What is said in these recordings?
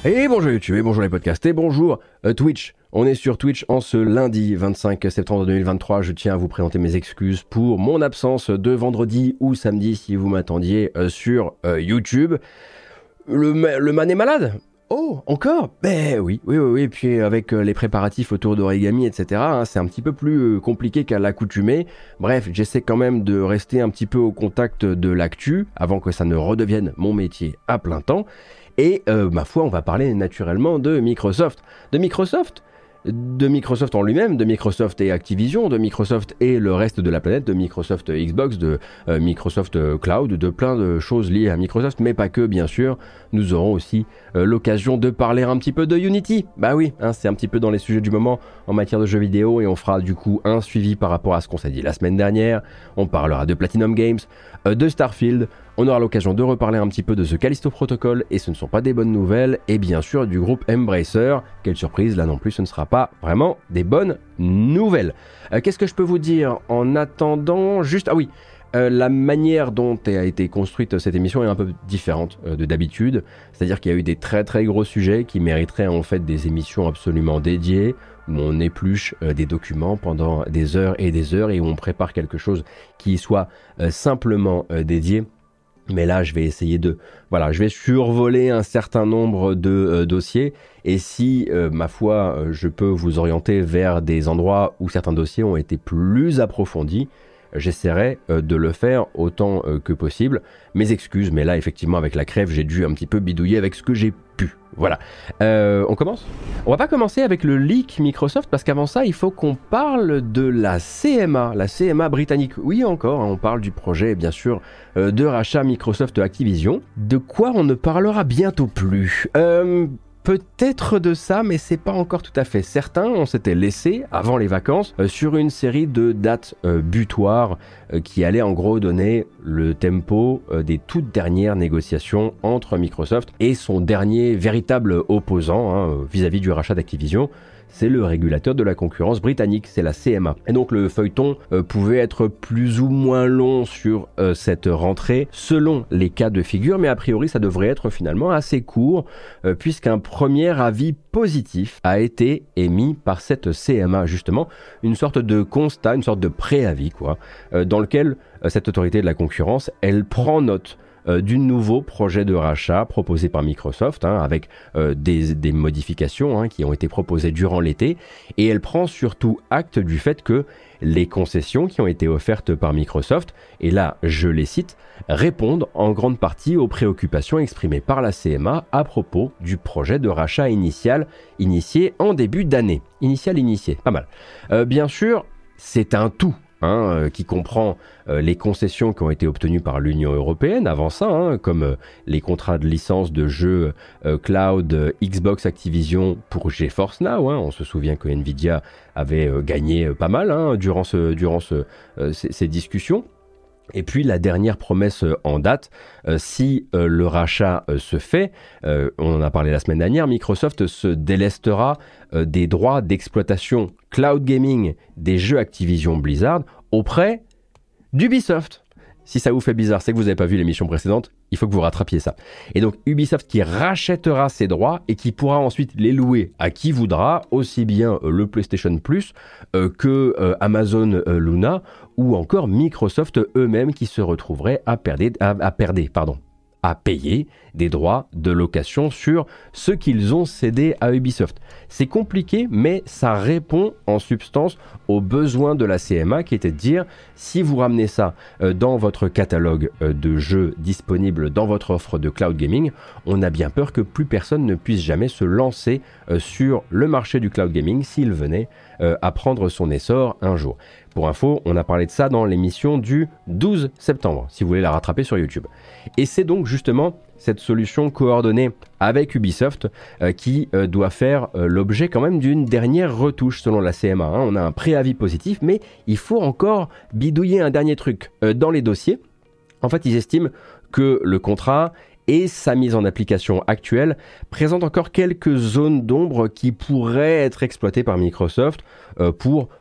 Et bonjour YouTube, et bonjour les podcasts, et bonjour Twitch. On est sur Twitch en ce lundi 25 septembre 2023. Je tiens à vous présenter mes excuses pour mon absence de vendredi ou samedi si vous m'attendiez sur YouTube. Le man est malade. Oh, encore? Ben oui. Et puis avec les préparatifs autour d'Origami, etc., hein, c'est un petit peu plus compliqué qu'à l'accoutumée. Bref, j'essaie quand même de rester un petit peu au contact de l'actu avant que ça ne redevienne mon métier à plein temps. Et ma foi, on va parler naturellement de Microsoft. De Microsoft en lui-même, de Microsoft et Activision, de Microsoft et le reste de la planète, de Microsoft Xbox, de Microsoft Cloud, de plein de choses liées à Microsoft, mais pas que, bien sûr. Nous aurons aussi l'occasion de parler un petit peu de Unity. Bah oui, hein, c'est un petit peu dans les sujets du moment en matière de jeux vidéo, et on fera du coup un suivi par rapport à ce qu'on s'est dit la semaine dernière. On parlera de Platinum Games, de Starfield. On aura l'occasion de reparler un petit peu de ce Callisto Protocol, et ce ne sont pas des bonnes nouvelles, et bien sûr du groupe Embracer. Quelle surprise, là non plus ce ne sera pas vraiment des bonnes nouvelles. Qu'est-ce que je peux vous dire en attendant? Juste, ah oui, la manière dont a été construite cette émission est un peu différente de d'habitude, c'est-à-dire qu'il y a eu des très très gros sujets qui mériteraient en fait des émissions absolument dédiées, où on épluche des documents pendant des heures et des heures, et où on prépare quelque chose qui soit simplement dédié. Mais là, je vais essayer je vais survoler un certain nombre de dossiers, et si, ma foi, je peux vous orienter vers des endroits où certains dossiers ont été plus approfondis, j'essaierai de le faire autant que possible. Mes excuses, mais là, effectivement, avec la crève, j'ai dû un petit peu bidouiller avec ce que j'ai pu. Voilà. On commence? On va pas commencer avec le leak Microsoft, parce qu'avant ça, il faut qu'on parle de la CMA britannique. Oui, encore, hein, on parle du projet, bien sûr, de rachat Microsoft Activision. De quoi on ne parlera bientôt plus. Peut-être de ça, mais c'est pas encore tout à fait certain. On s'était laissé, avant les vacances, sur une série de dates butoirs qui allaient en gros donner le tempo des toutes dernières négociations entre Microsoft et son dernier véritable opposant vis-à-vis du rachat d'Activision. C'est le régulateur de la concurrence britannique, c'est la CMA. Et donc le feuilleton pouvait être plus ou moins long sur cette rentrée, selon les cas de figure, mais a priori ça devrait être finalement assez court, puisqu'un premier avis positif a été émis par cette CMA, justement, une sorte de constat, une sorte de préavis, dans lequel cette autorité de la concurrence, elle prend note du nouveau projet de rachat proposé par Microsoft, avec des modifications qui ont été proposées durant l'été, et elle prend surtout acte du fait que les concessions qui ont été offertes par Microsoft, et là je les cite, répondent en grande partie aux préoccupations exprimées par la CMA à propos du projet de rachat initié en début d'année. Initié, pas mal. Bien sûr, c'est un tout. Qui comprend les concessions qui ont été obtenues par l'Union européenne avant ça, comme les contrats de licence de jeux cloud Xbox Activision pour GeForce Now. On se souvient que Nvidia avait gagné pas mal durant ces discussions. Et puis la dernière promesse en date, si le rachat se fait, on en a parlé la semaine dernière, Microsoft se délestera des droits d'exploitation cloud gaming des jeux Activision Blizzard auprès d'Ubisoft. Si ça vous fait bizarre, c'est que vous n'avez pas vu l'émission précédente, il faut que vous rattrapiez ça. Et donc Ubisoft qui rachètera ses droits et qui pourra ensuite les louer à qui voudra, aussi bien le PlayStation Plus que Amazon Luna, ou encore Microsoft eux-mêmes qui se retrouveraient à payer des droits de location sur ce qu'ils ont cédé à Ubisoft. C'est compliqué, mais ça répond en substance aux besoins de la CMA, qui était de dire, si vous ramenez ça dans votre catalogue de jeux disponibles dans votre offre de cloud gaming, on a bien peur que plus personne ne puisse jamais se lancer sur le marché du cloud gaming s'il venait à prendre son essor un jour. Pour info, on a parlé de ça dans l'émission du 12 septembre, si vous voulez la rattraper sur YouTube. Et c'est donc justement cette solution coordonnée avec Ubisoft qui doit faire l'objet quand même d'une dernière retouche selon la CMA. On a un préavis positif, mais il faut encore bidouiller un dernier truc dans les dossiers. En fait, ils estiment que le contrat et sa mise en application actuelle présente encore quelques zones d'ombre qui pourraient être exploitées par Microsoft pour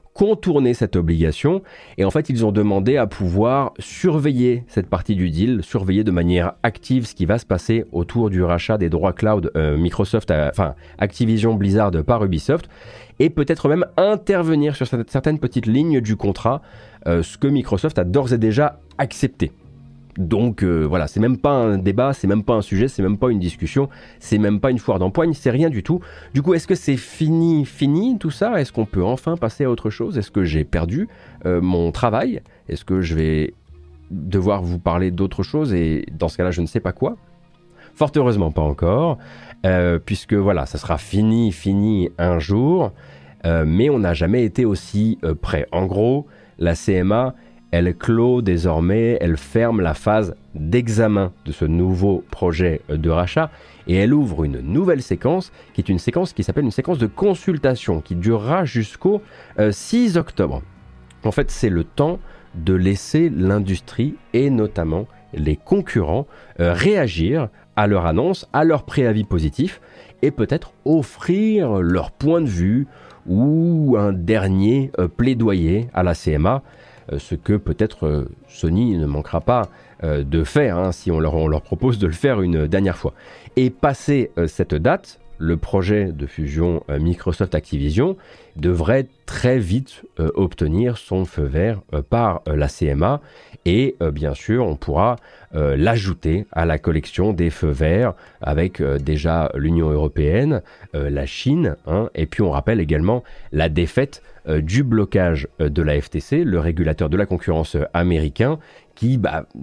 contourner cette obligation et en fait ils ont demandé à pouvoir surveiller cette partie du deal, surveiller de manière active ce qui va se passer autour du rachat des droits cloud Activision Blizzard par Ubisoft et peut-être même intervenir sur certaines petites lignes du contrat, ce que Microsoft a d'ores et déjà accepté. Donc voilà, c'est même pas un débat, c'est même pas un sujet, c'est même pas une discussion, c'est même pas une foire d'empoigne, c'est rien du tout. Du coup, est-ce que c'est fini tout ça? Est-ce qu'on peut enfin passer à autre chose? Est-ce que j'ai perdu mon travail? Est-ce que je vais devoir vous parler d'autre chose et dans ce cas-là, je ne sais pas quoi? Fort heureusement, pas encore, puisque voilà, ça sera fini un jour, mais on n'a jamais été aussi près. En gros, la CMA, elle clôt désormais, elle ferme la phase d'examen de ce nouveau projet de rachat et elle ouvre une nouvelle séquence qui est une séquence qui s'appelle une séquence de consultation qui durera jusqu'au 6 octobre. En fait, c'est le temps de laisser l'industrie et notamment les concurrents réagir à leur annonce, à leur préavis positif et peut-être offrir leur point de vue ou un dernier plaidoyer à la CMA. Ce que peut-être Sony ne manquera pas de faire si on leur propose de le faire une dernière fois. Et passé cette date, le projet de fusion Microsoft-Activision devrait très vite obtenir son feu vert par la CMA et bien sûr on pourra l'ajouter à la collection des feux verts avec déjà l'Union européenne, la Chine et puis on rappelle également la défaite du blocage de la FTC, le régulateur de la concurrence américain qui,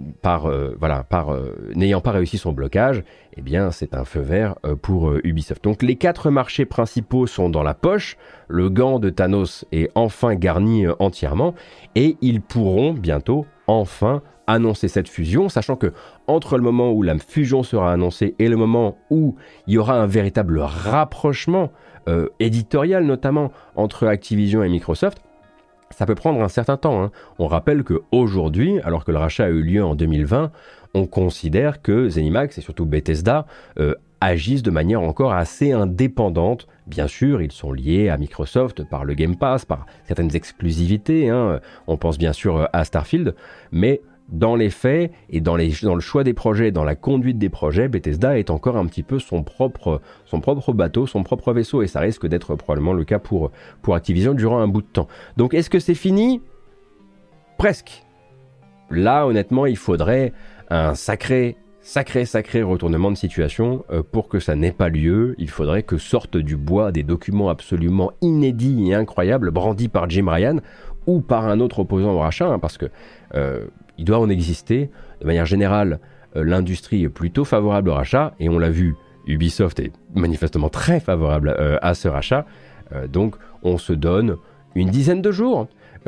n'ayant pas réussi son blocage, eh bien, c'est un feu vert pour Ubisoft. Donc les 4 marchés principaux sont dans la poche, le gant de Thanos est enfin garni entièrement, et ils pourront bientôt enfin annoncer cette fusion, sachant que entre le moment où la fusion sera annoncée et le moment où il y aura un véritable rapprochement éditorial notamment entre Activision et Microsoft, ça peut prendre un certain temps. On rappelle qu'aujourd'hui, alors que le rachat a eu lieu en 2020, on considère que ZeniMax et surtout Bethesda agissent de manière encore assez indépendante. Bien sûr, ils sont liés à Microsoft par le Game Pass, par certaines exclusivités. On pense bien sûr à Starfield, mais dans les faits et dans le choix des projets, dans la conduite des projets, Bethesda est encore un petit peu son propre bateau, son propre vaisseau, et ça risque d'être probablement le cas pour Activision durant un bout de temps. Donc est-ce que c'est fini? Presque. Là, honnêtement, il faudrait un sacré retournement de situation pour que ça n'ait pas lieu. Il faudrait que sortent du bois des documents absolument inédits et incroyables brandis par Jim Ryan ou par un autre opposant au rachat, parce que il doit en exister. De manière générale, l'industrie est plutôt favorable au rachat, et on l'a vu, Ubisoft est manifestement très favorable à ce rachat. Donc on se donne une dizaine de jours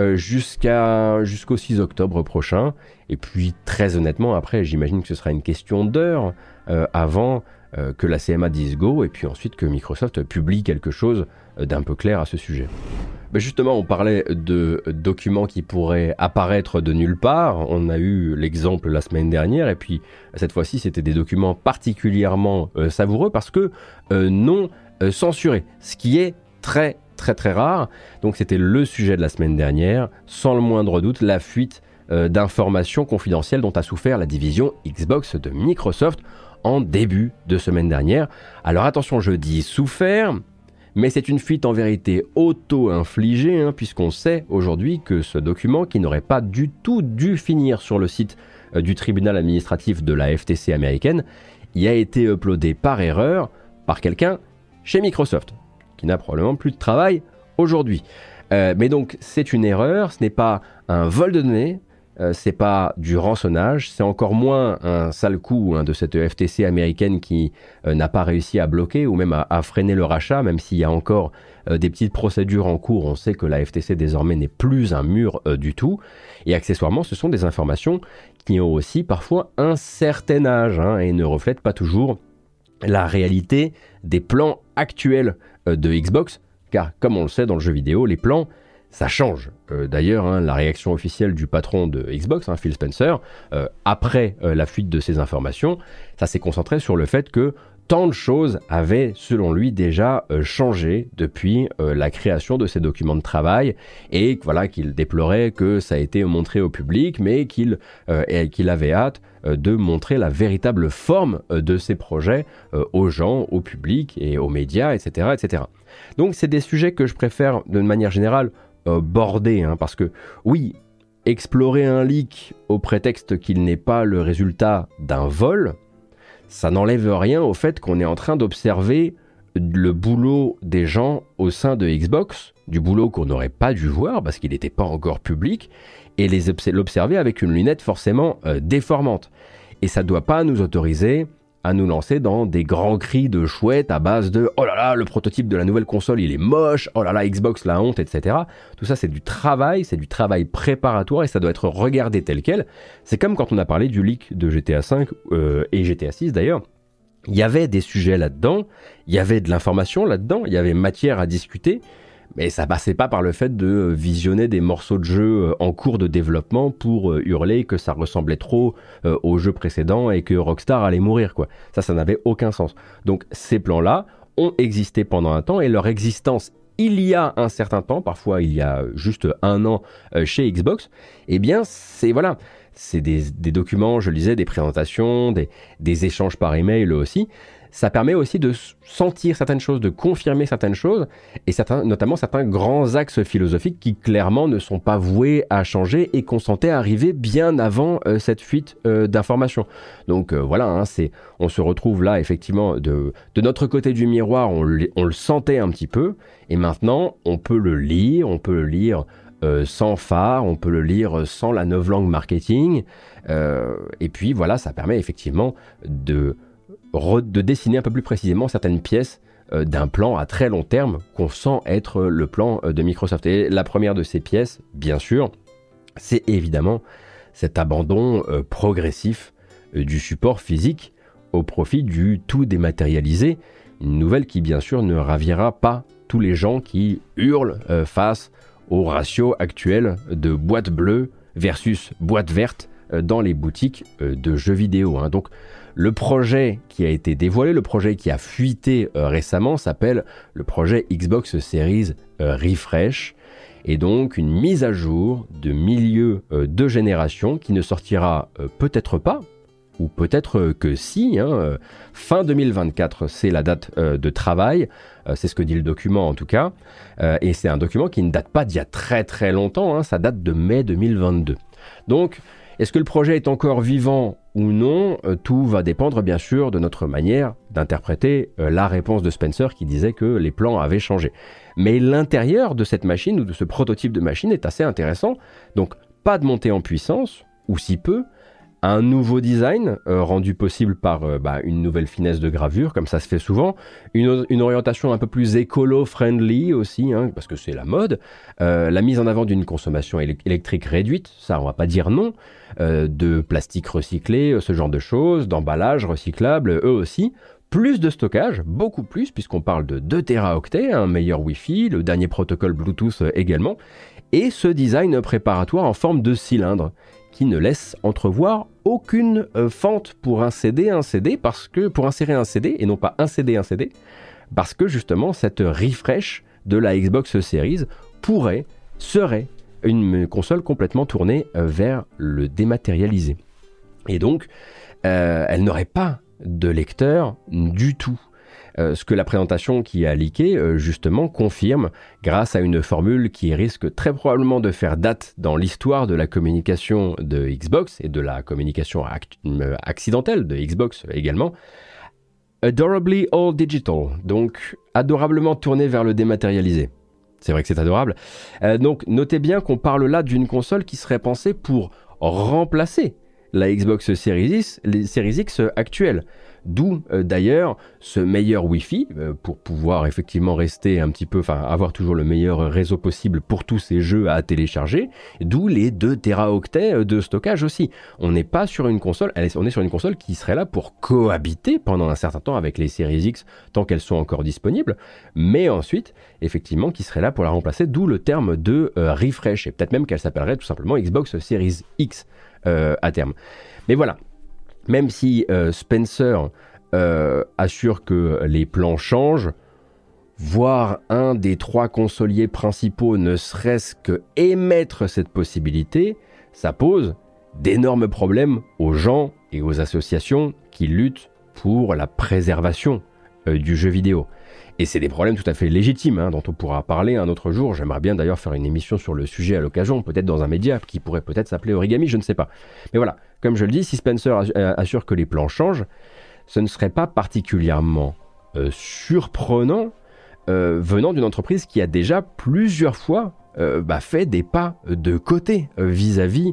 jusqu'au 6 octobre prochain. Et puis très honnêtement, après, j'imagine que ce sera une question d'heures avant que la CMA dise go, et puis ensuite que Microsoft publie quelque chose d'un peu clair à ce sujet. Ben justement, on parlait de documents qui pourraient apparaître de nulle part. On a eu l'exemple la semaine dernière, et puis cette fois-ci, c'était des documents particulièrement savoureux parce que non censurés, ce qui est très très très rare. Donc c'était le sujet de la semaine dernière, sans le moindre doute, la fuite d'informations confidentielles dont a souffert la division Xbox de Microsoft en début de semaine dernière. Alors attention, je dis souffert, mais c'est une fuite en vérité auto-infligée, puisqu'on sait aujourd'hui que ce document, qui n'aurait pas du tout dû finir sur le site du tribunal administratif de la FTC américaine, y a été uploadé par erreur par quelqu'un chez Microsoft, qui n'a probablement plus de travail aujourd'hui. Mais donc c'est une erreur, ce n'est pas un vol de données, c'est pas du rançonnage, c'est encore moins un sale coup de cette FTC américaine qui n'a pas réussi à bloquer ou même à freiner le rachat, même s'il y a encore des petites procédures en cours. On sait que la FTC désormais n'est plus un mur du tout. Et accessoirement, ce sont des informations qui ont aussi parfois un certain âge et ne reflètent pas toujours la réalité des plans actuels de Xbox, car comme on le sait dans le jeu vidéo, les plans ça change. D'ailleurs, la réaction officielle du patron de Xbox, Phil Spencer, après la fuite de ces informations, ça s'est concentré sur le fait que tant de choses avaient, selon lui, déjà changé depuis la création de ces documents de travail, et voilà, qu'il déplorait que ça a été montré au public, mais qu'il avait hâte de montrer la véritable forme de ces projets aux gens, au public et aux médias, etc., etc. Donc c'est des sujets que je préfère, de manière générale, border, hein, parce que oui, explorer un leak au prétexte qu'il n'est pas le résultat d'un vol, ça n'enlève rien au fait qu'on est en train d'observer le boulot des gens au sein de Xbox, du boulot qu'on n'aurait pas dû voir parce qu'il n'était pas encore public, et l'observer avec une lunette forcément déformante. Et ça ne doit pas nous autoriser à nous lancer dans des grands cris de chouette à base de « Oh là là, le prototype de la nouvelle console, il est moche, oh là là, Xbox, la honte, etc. » Tout ça, c'est du travail préparatoire et ça doit être regardé tel quel. C'est comme quand on a parlé du leak de GTA V et GTA 6 d'ailleurs. Il y avait des sujets là-dedans, il y avait de l'information là-dedans, il y avait matière à discuter, mais ça passait pas par le fait de visionner des morceaux de jeu en cours de développement pour hurler que ça ressemblait trop au jeu précédent et que Rockstar allait mourir, quoi. Ça n'avait aucun sens. Donc ces plans-là ont existé pendant un temps et leur existence il y a un certain temps, parfois il y a juste un an chez Xbox, eh bien c'est voilà, c'est des documents, je le disais, des présentations, des échanges par email aussi. Ça permet aussi de sentir certaines choses, de confirmer certaines choses, et notamment certains grands axes philosophiques qui clairement ne sont pas voués à changer et qu'on sentait arriver bien avant cette fuite d'informations. Donc voilà, hein, on se retrouve là effectivement de notre côté du miroir, on le sentait un petit peu, et maintenant on peut le lire sans phare, on peut le lire sans la novlangue marketing, et puis voilà, ça permet effectivement de dessiner un peu plus précisément certaines pièces d'un plan à très long terme qu'on sent être le plan de Microsoft. Et la première de ces pièces, bien sûr, c'est évidemment cet abandon progressif du support physique au profit du tout dématérialisé. Une nouvelle qui, bien sûr, ne ravira pas tous les gens qui hurlent face au ratio actuel de boîte bleue versus boîte verte dans les boutiques de jeux vidéo, hein. Donc, le projet qui a été dévoilé, le projet qui a fuité récemment s'appelle le projet Xbox Series Refresh, et donc une mise à jour de milieu de génération qui ne sortira peut-être pas, ou peut-être que si, hein, fin 2024, c'est la date de travail, c'est ce que dit le document en tout cas, et c'est un document qui ne date pas d'il y a très très longtemps, hein, ça date de mai 2022. Donc, est-ce que le projet est encore vivant ou non? Tout va dépendre bien sûr de notre manière d'interpréter la réponse de Spencer qui disait que les plans avaient changé. Mais l'intérieur de cette machine ou de ce prototype de machine est assez intéressant. Donc pas de montée en puissance, ou si peu, un nouveau design rendu possible par une nouvelle finesse de gravure, comme ça se fait souvent, une orientation un peu plus écolo-friendly aussi, hein, parce que c'est la mode, la mise en avant d'une consommation électrique réduite, ça on va pas dire non, de plastique recyclé, ce genre de choses, d'emballage recyclable, eux aussi, plus de stockage, beaucoup plus, puisqu'on parle de 2 Teraoctets, un meilleur Wi-Fi, le dernier protocole Bluetooth également, et ce design préparatoire en forme de cylindre, qui ne laisse entrevoir aucune fente pour insérer un CD, et non pas un CD, parce que justement cette refresh de la Xbox Series serait une console complètement tournée vers le dématérialisé. Et donc, elle n'aurait pas de lecteur du tout. Ce que la présentation qui a leaké justement confirme grâce à une formule qui risque très probablement de faire date dans l'histoire de la communication de Xbox et de la communication accidentelle de Xbox également. Adorably all digital, donc adorablement tourné vers le dématérialisé. C'est vrai que c'est adorable. Donc notez bien qu'on parle là d'une console qui serait pensée pour remplacer la Xbox Series X actuelle. D'où d'ailleurs ce meilleur Wi-Fi pour pouvoir effectivement rester un petit peu, avoir toujours le meilleur réseau possible pour tous ces jeux à télécharger. D'où les 2 Teraoctets de stockage aussi. On n'est pas sur une console, on est sur une console qui serait là pour cohabiter pendant un certain temps avec les Series X tant qu'elles sont encore disponibles, mais ensuite effectivement qui serait là pour la remplacer. D'où le terme de refresh, et peut-être même qu'elle s'appellerait tout simplement Xbox Series X à terme. Mais voilà. Même si Spencer assure que les plans changent, voir un des 3 consoliers principaux ne serait-ce que émettre cette possibilité, ça pose d'énormes problèmes aux gens et aux associations qui luttent pour la préservation du jeu vidéo. Et c'est des problèmes tout à fait légitimes, dont on pourra parler un autre jour. J'aimerais bien d'ailleurs faire une émission sur le sujet à l'occasion, peut-être dans un média qui pourrait peut-être s'appeler Origami, je ne sais pas. Mais voilà, comme je le dis, si Spencer assure que les plans changent, ce ne serait pas particulièrement surprenant venant d'une entreprise qui a déjà plusieurs fois fait des pas de côté vis-à-vis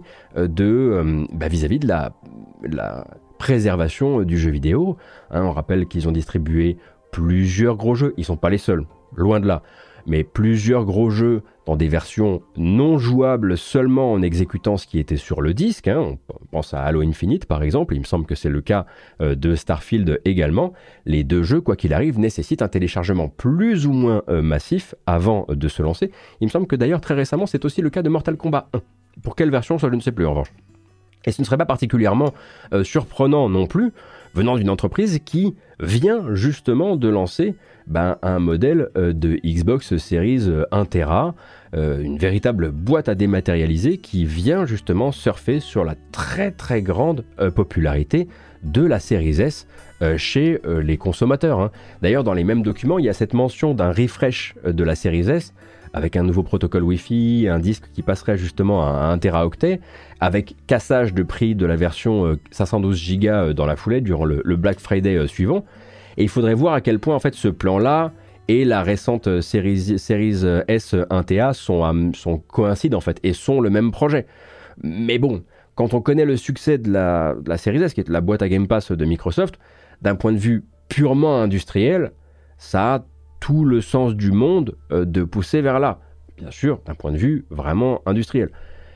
de la préservation du jeu vidéo. On rappelle qu'ils ont distribué plusieurs gros jeux, ils ne sont pas les seuls, loin de là, mais plusieurs gros jeux dans des versions non jouables seulement en exécutant ce qui était sur le disque. On pense à Halo Infinite par exemple, il me semble que c'est le cas de Starfield également. Les 2 jeux, quoi qu'il arrive, nécessitent un téléchargement plus ou moins massif avant de se lancer. Il me semble que d'ailleurs très récemment c'est aussi le cas de Mortal Kombat 1. Pour quelle version, ça je ne sais plus en revanche. Et ce ne serait pas particulièrement surprenant non plus, venant d'une entreprise qui vient justement de lancer un modèle de Xbox Series 1 Tera, une véritable boîte à dématérialiser qui vient justement surfer sur la très très grande popularité de la Series S chez les consommateurs. D'ailleurs, dans les mêmes documents, il y a cette mention d'un refresh de la Series S, avec un nouveau protocole Wi-Fi, un disque qui passerait justement à 1 Teraoctet, avec cassage de prix de la version 512 Go dans la foulée durant le Black Friday suivant. Et il faudrait voir à quel point en fait ce plan-là et la récente Series S 1TA sont coïncident en fait et sont le même projet. Mais bon, quand on connaît le succès de la Series S, qui est la boîte à Game Pass de Microsoft, d'un point de vue purement industriel, ça a tout le sens du monde de pousser vers là. Bien sûr, d'un point de vue vraiment industriel.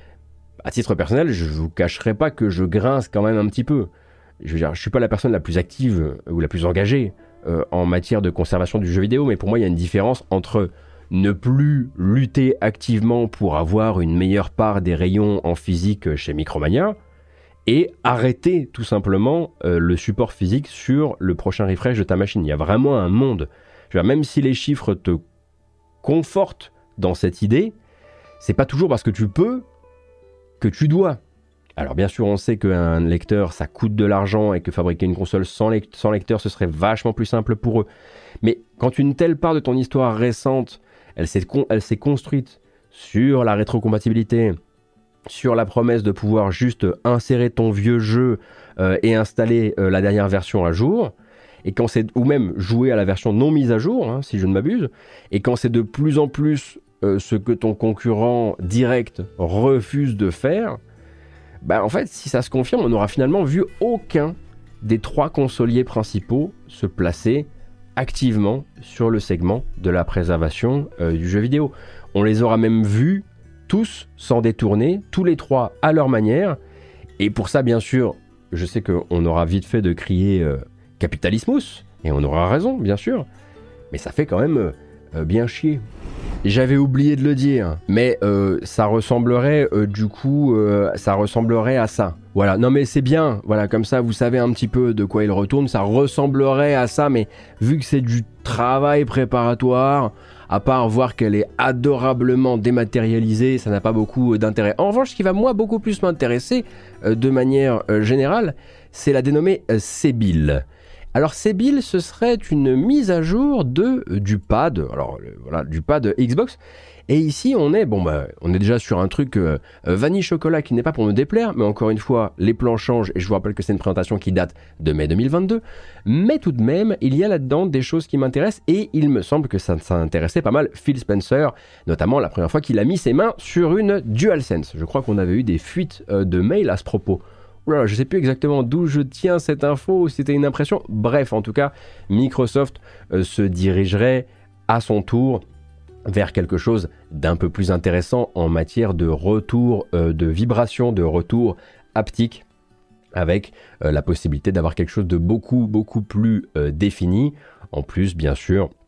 À titre personnel, je ne vous cacherai pas que je grince quand même un petit peu. Je veux dire, je ne suis pas la personne la plus active ou la plus engagée en matière de conservation du jeu vidéo, mais pour moi, il y a une différence entre ne plus lutter activement pour avoir une meilleure part des rayons en physique chez Micromania et arrêter tout simplement le support physique sur le prochain refresh de ta machine. Il y a vraiment un monde. Je veux dire, même si les chiffres te confortent dans cette idée, c'est pas toujours parce que tu peux que tu dois. Alors bien sûr, on sait qu'un lecteur, ça coûte de l'argent et que fabriquer une console sans lecteur, ce serait vachement plus simple pour eux. Mais quand une telle part de ton histoire récente, elle s'est construite sur la rétrocompatibilité, sur la promesse de pouvoir juste insérer ton vieux jeu et installer la dernière version à jour, et quand c'est, ou même jouer à la version non mise à jour, si je ne m'abuse, et quand c'est de plus en plus ce que ton concurrent direct refuse de faire, en fait, si ça se confirme, on n'aura finalement vu aucun des 3 consoliers principaux se placer activement sur le segment de la préservation du jeu vidéo. On les aura même vus tous s'en détourner, tous les 3 à leur manière, et pour ça, bien sûr, je sais qu'on aura vite fait de crier capitalismus, et on aura raison, bien sûr, mais ça fait quand même bien chier. J'avais oublié de le dire, mais ça ressemblerait ça ressemblerait à ça. Voilà, non mais c'est bien, voilà, comme ça vous savez un petit peu de quoi il retourne, ça ressemblerait à ça, mais vu que c'est du travail préparatoire, à part voir qu'elle est adorablement dématérialisée, ça n'a pas beaucoup d'intérêt. En revanche, ce qui va moi beaucoup plus m'intéresser de manière générale, c'est la dénommée Sébil. Alors Sébil, ce serait une mise à jour du pad, du pad Xbox. Et ici, on est déjà sur un truc vanille chocolat qui n'est pas pour me déplaire, mais encore une fois, les plans changent et je vous rappelle que c'est une présentation qui date de mai 2022. Mais tout de même, il y a là-dedans des choses qui m'intéressent et il me semble que ça intéressait pas mal Phil Spencer, notamment la première fois qu'il a mis ses mains sur une DualSense. Je crois qu'on avait eu des fuites de mails à ce propos. Oula, je ne sais plus exactement d'où je tiens cette info, c'était une impression. Bref, en tout cas, Microsoft se dirigerait à son tour vers quelque chose d'un peu plus intéressant en matière de retour de vibration, de retour haptique, avec la possibilité d'avoir quelque chose de beaucoup plus défini. En plus, bien sûr,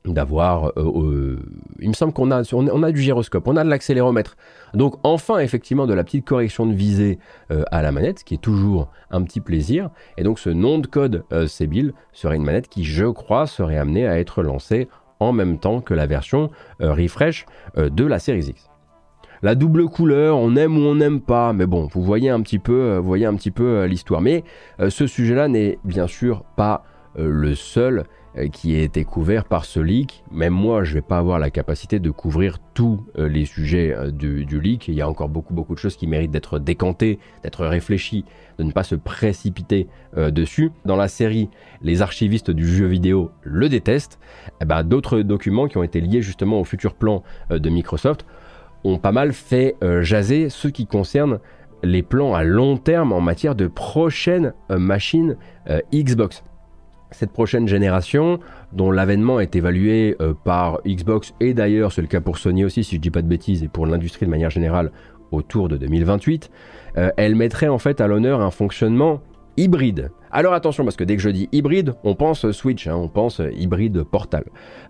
d'avoir, il me semble qu'on a, on a du gyroscope, on a de l'accéléromètre. Donc enfin effectivement de la petite correction de visée à la manette, ce qui est toujours un petit plaisir. Et donc ce nom de code Sébil serait une manette qui, je crois, serait amenée à être lancée en même temps que la version refresh de la Series X. La double couleur, on aime ou on n'aime pas, mais bon, vous voyez un petit peu, l'histoire. Mais ce sujet-là n'est bien sûr pas le seul qui a été couvert par ce leak. Même moi, je ne vais pas avoir la capacité de couvrir tous les sujets du leak. Il y a encore beaucoup de choses qui méritent d'être décantées, d'être réfléchies, de ne pas se précipiter dessus. Dans la série, les archivistes du jeu vidéo le détestent. D'autres documents qui ont été liés justement au futur plan de Microsoft ont pas mal fait jaser ce qui concerne les plans à long terme en matière de prochaine machine Xbox. Cette prochaine génération, dont l'avènement est évalué par Xbox, et d'ailleurs c'est le cas pour Sony aussi, si je dis pas de bêtises, et pour l'industrie de manière générale, autour de 2028, elle mettrait en fait à l'honneur un fonctionnement hybride. Alors attention, parce que dès que je dis hybride, on pense Switch, on pense hybride portable,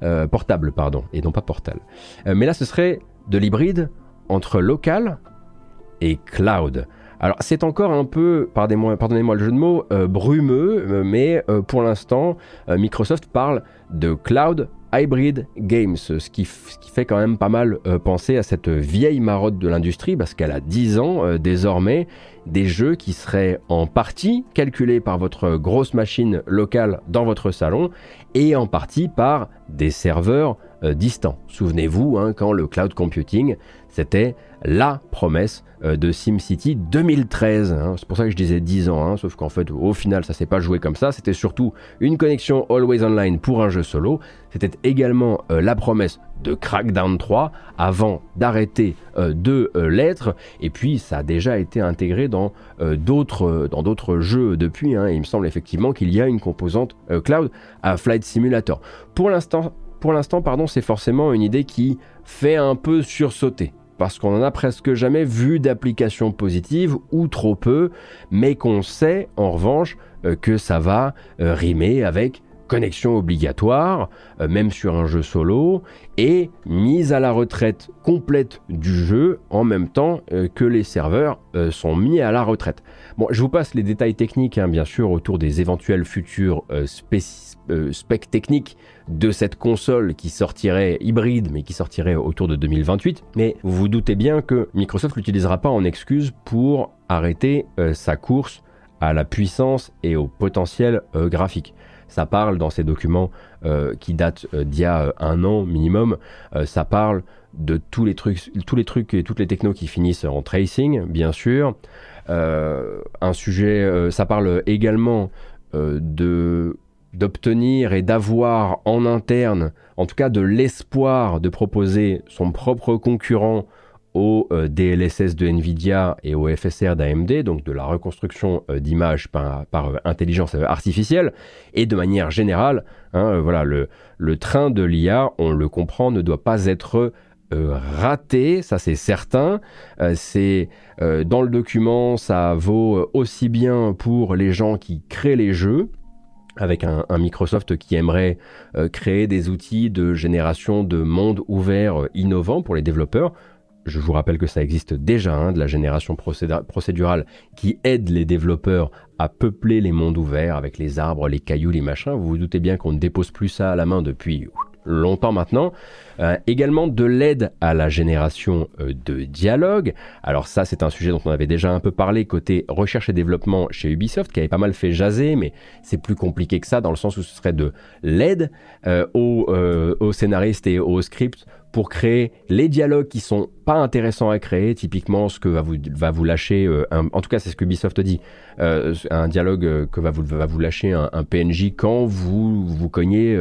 et non pas portal. Mais là, ce serait de l'hybride entre local et cloud. Alors c'est encore un peu, pardonnez-moi le jeu de mots, brumeux, mais pour l'instant, Microsoft parle de Cloud Hybrid Games, ce qui fait quand même pas mal penser à cette vieille marotte de l'industrie, parce qu'elle a 10 ans désormais, des jeux qui seraient en partie calculés par votre grosse machine locale dans votre salon, et en partie par des serveurs distants. Souvenez-vous, quand le cloud computing, c'était la promesse de SimCity 2013. C'est pour ça que je disais 10 ans, sauf qu'en fait, au final, ça s'est pas joué comme ça. C'était surtout une connexion Always Online pour un jeu solo. C'était également la promesse de Crackdown 3 avant d'arrêter de l'être. Et puis, ça a déjà été intégré dans d'autres jeux depuis. Il me semble effectivement qu'il y a une composante cloud à Flight Simulator. Pour l'instant, c'est forcément une idée qui fait un peu sursauter, parce qu'on n'en a presque jamais vu d'application positive, ou trop peu, mais qu'on sait en revanche que ça va rimer avec connexion obligatoire, même sur un jeu solo, et mise à la retraite complète du jeu en même temps que les serveurs sont mis à la retraite. Bon, je vous passe les détails techniques, bien sûr, autour des éventuels futurs specs techniques de cette console qui sortirait hybride, mais qui sortirait autour de 2028. Mais vous vous doutez bien que Microsoft l'utilisera pas en excuse pour arrêter sa course à la puissance et au potentiel graphique. Ça parle dans ces documents qui datent d'il y a un an minimum, ça parle de tous les trucs et toutes les technos qui finissent en tracing, bien sûr. Un sujet, ça parle également d'obtenir et d'avoir en interne, en tout cas de l'espoir de proposer son propre concurrent au DLSS de Nvidia et au FSR d'AMD, donc de la reconstruction d'images par intelligence artificielle. Et de manière générale, voilà, le train de l'IA, on le comprend, ne doit pas être raté, ça c'est certain. C'est dans le document, ça vaut aussi bien pour les gens qui créent les jeux, avec un Microsoft qui aimerait créer des outils de génération de monde ouvert innovants pour les développeurs. Je vous rappelle que ça existe déjà, de la génération procédurale qui aide les développeurs à peupler les mondes ouverts avec les arbres, les cailloux, les machins. Vous vous doutez bien qu'on ne dépose plus ça à la main depuis longtemps maintenant. Également de l'aide à la génération de dialogue. Alors ça, c'est un sujet dont on avait déjà un peu parlé côté recherche et développement chez Ubisoft, qui avait pas mal fait jaser, mais c'est plus compliqué que ça, dans le sens où ce serait de l'aide aux scénaristes et aux scripts pour créer les dialogues qui sont pas intéressants à créer, typiquement ce que va vous lâcher, en tout cas c'est ce que Ubisoft dit, un dialogue que va vous lâcher un PNJ quand vous cognez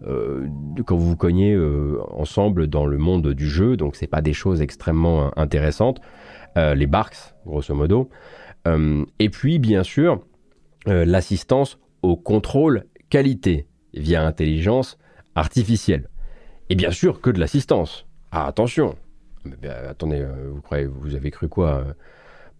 ensemble dans le monde du jeu, donc c'est pas des choses extrêmement intéressantes, les barks grosso modo, et puis bien sûr l'assistance au contrôle qualité via intelligence artificielle. Et bien sûr que de l'assistance. Ah, attention. Mais attendez, vous avez cru quoi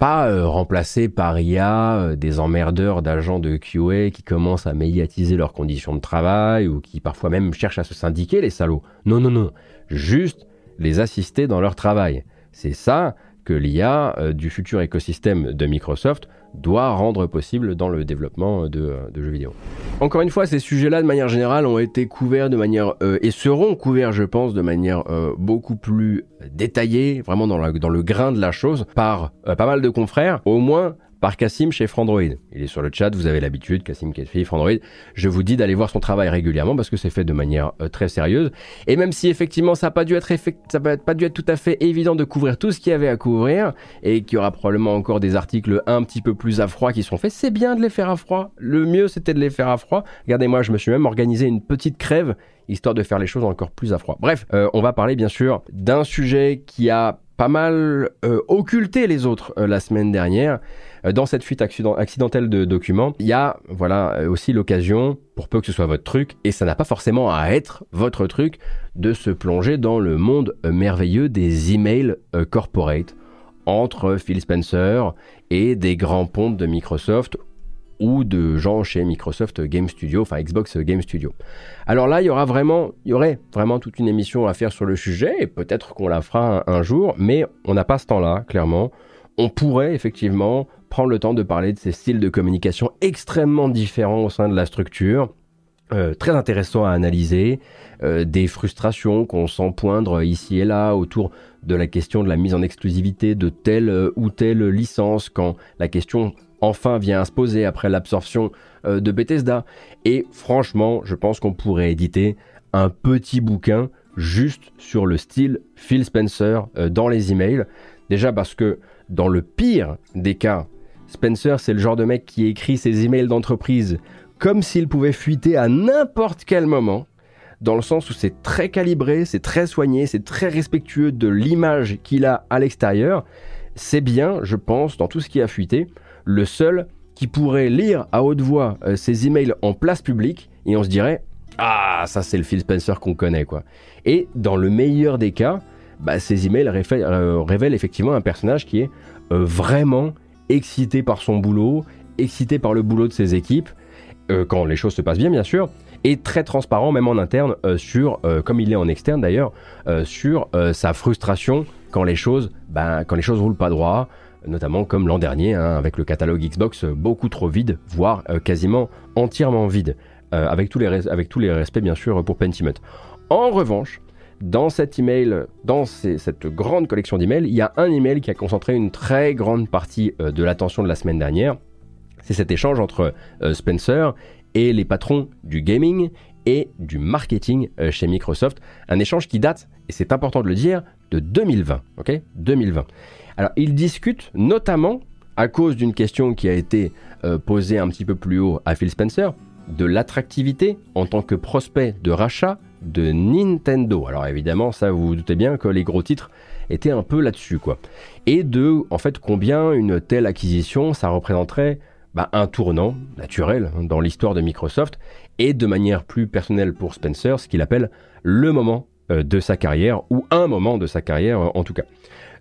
pas remplacé par IA des emmerdeurs d'agents de QA qui commencent à médiatiser leurs conditions de travail ou qui parfois même cherchent à se syndiquer, les salauds. Non, non, non. Juste les assister dans leur travail. C'est ça que l'IA du futur écosystème de Microsoft doit rendre possible dans le développement de jeux vidéo. Encore une fois, ces sujets-là, de manière générale, ont été couverts de manière, et seront couverts, je pense, de manière beaucoup plus détaillée, vraiment dans le grain de la chose, par pas mal de confrères, au moins par Cassim chez Frandroid. Il est sur le chat, vous avez l'habitude, Cassim Ketfi, Frandroid. Je vous dis d'aller voir son travail régulièrement parce que c'est fait de manière très sérieuse. Et même si effectivement ça n'a pas dû être tout à fait évident de couvrir tout ce qu'il y avait à couvrir et qu'il y aura probablement encore des articles un petit peu plus à froid qui seront faits, c'est bien de les faire à froid. Le mieux c'était de les faire à froid. Regardez-moi, je me suis même organisé une petite crève histoire de faire les choses encore plus à froid. Bref, on va parler bien sûr d'un sujet qui a pas mal occulté les autres la semaine dernière. Dans cette fuite accidentelle de documents, il y a aussi l'occasion, pour peu que ce soit votre truc, et ça n'a pas forcément à être votre truc, de se plonger dans le monde merveilleux des emails corporate entre Phil Spencer et des grands pontes de Microsoft ou de gens chez Microsoft Game Studio, enfin Xbox Game Studio. Alors là, il y aurait vraiment toute une émission à faire sur le sujet, et peut-être qu'on la fera un jour, mais on n'a pas ce temps-là, clairement. On pourrait effectivement prendre le temps de parler de ces styles de communication extrêmement différents au sein de la structure, très intéressant à analyser, des frustrations qu'on sent poindre ici et là autour de la question de la mise en exclusivité de telle ou telle licence, quand la question enfin vient à se poser après l'absorption de Bethesda. Et franchement, je pense qu'on pourrait éditer un petit bouquin juste sur le style Phil Spencer dans les emails. Déjà parce que dans le pire des cas, Spencer, c'est le genre de mec qui écrit ses emails d'entreprise comme s'il pouvait fuiter à n'importe quel moment, dans le sens où c'est très calibré, c'est très soigné, c'est très respectueux de l'image qu'il a à l'extérieur. C'est bien, je pense, dans tout ce qui a fuité, le seul qui pourrait lire à haute voix ses emails en place publique et on se dirait « Ah, ça c'est le Phil Spencer qu'on connaît, quoi ». Et dans le meilleur des cas, ces emails révèlent effectivement un personnage qui est vraiment excité par son boulot, excité par le boulot de ses équipes, quand les choses se passent bien, bien sûr, et très transparent, même en interne, comme il est en externe d'ailleurs, sur sa frustration quand les choses roulent pas droit, notamment comme l'an dernier, avec le catalogue Xbox beaucoup trop vide, voire quasiment entièrement vide, avec tous les respects bien sûr pour Pentiment. En revanche, dans cet email, cette grande collection d'emails, il y a un email qui a concentré une très grande partie de l'attention de la semaine dernière. C'est cet échange entre Spencer et les patrons du gaming et du marketing chez Microsoft. Un échange qui date, et c'est important de le dire, de 2020. Ok, 2020. Alors, ils discutent notamment, à cause d'une question qui a été posée un petit peu plus haut à Phil Spencer, de l'attractivité en tant que prospect de rachat de Nintendo. Alors évidemment, ça vous vous doutez bien que les gros titres étaient un peu là-dessus, quoi. Et de, en fait, combien une telle acquisition, ça représenterait un tournant naturel dans l'histoire de Microsoft et de manière plus personnelle pour Spencer, ce qu'il appelle le moment de sa carrière, ou un moment de sa carrière en tout cas.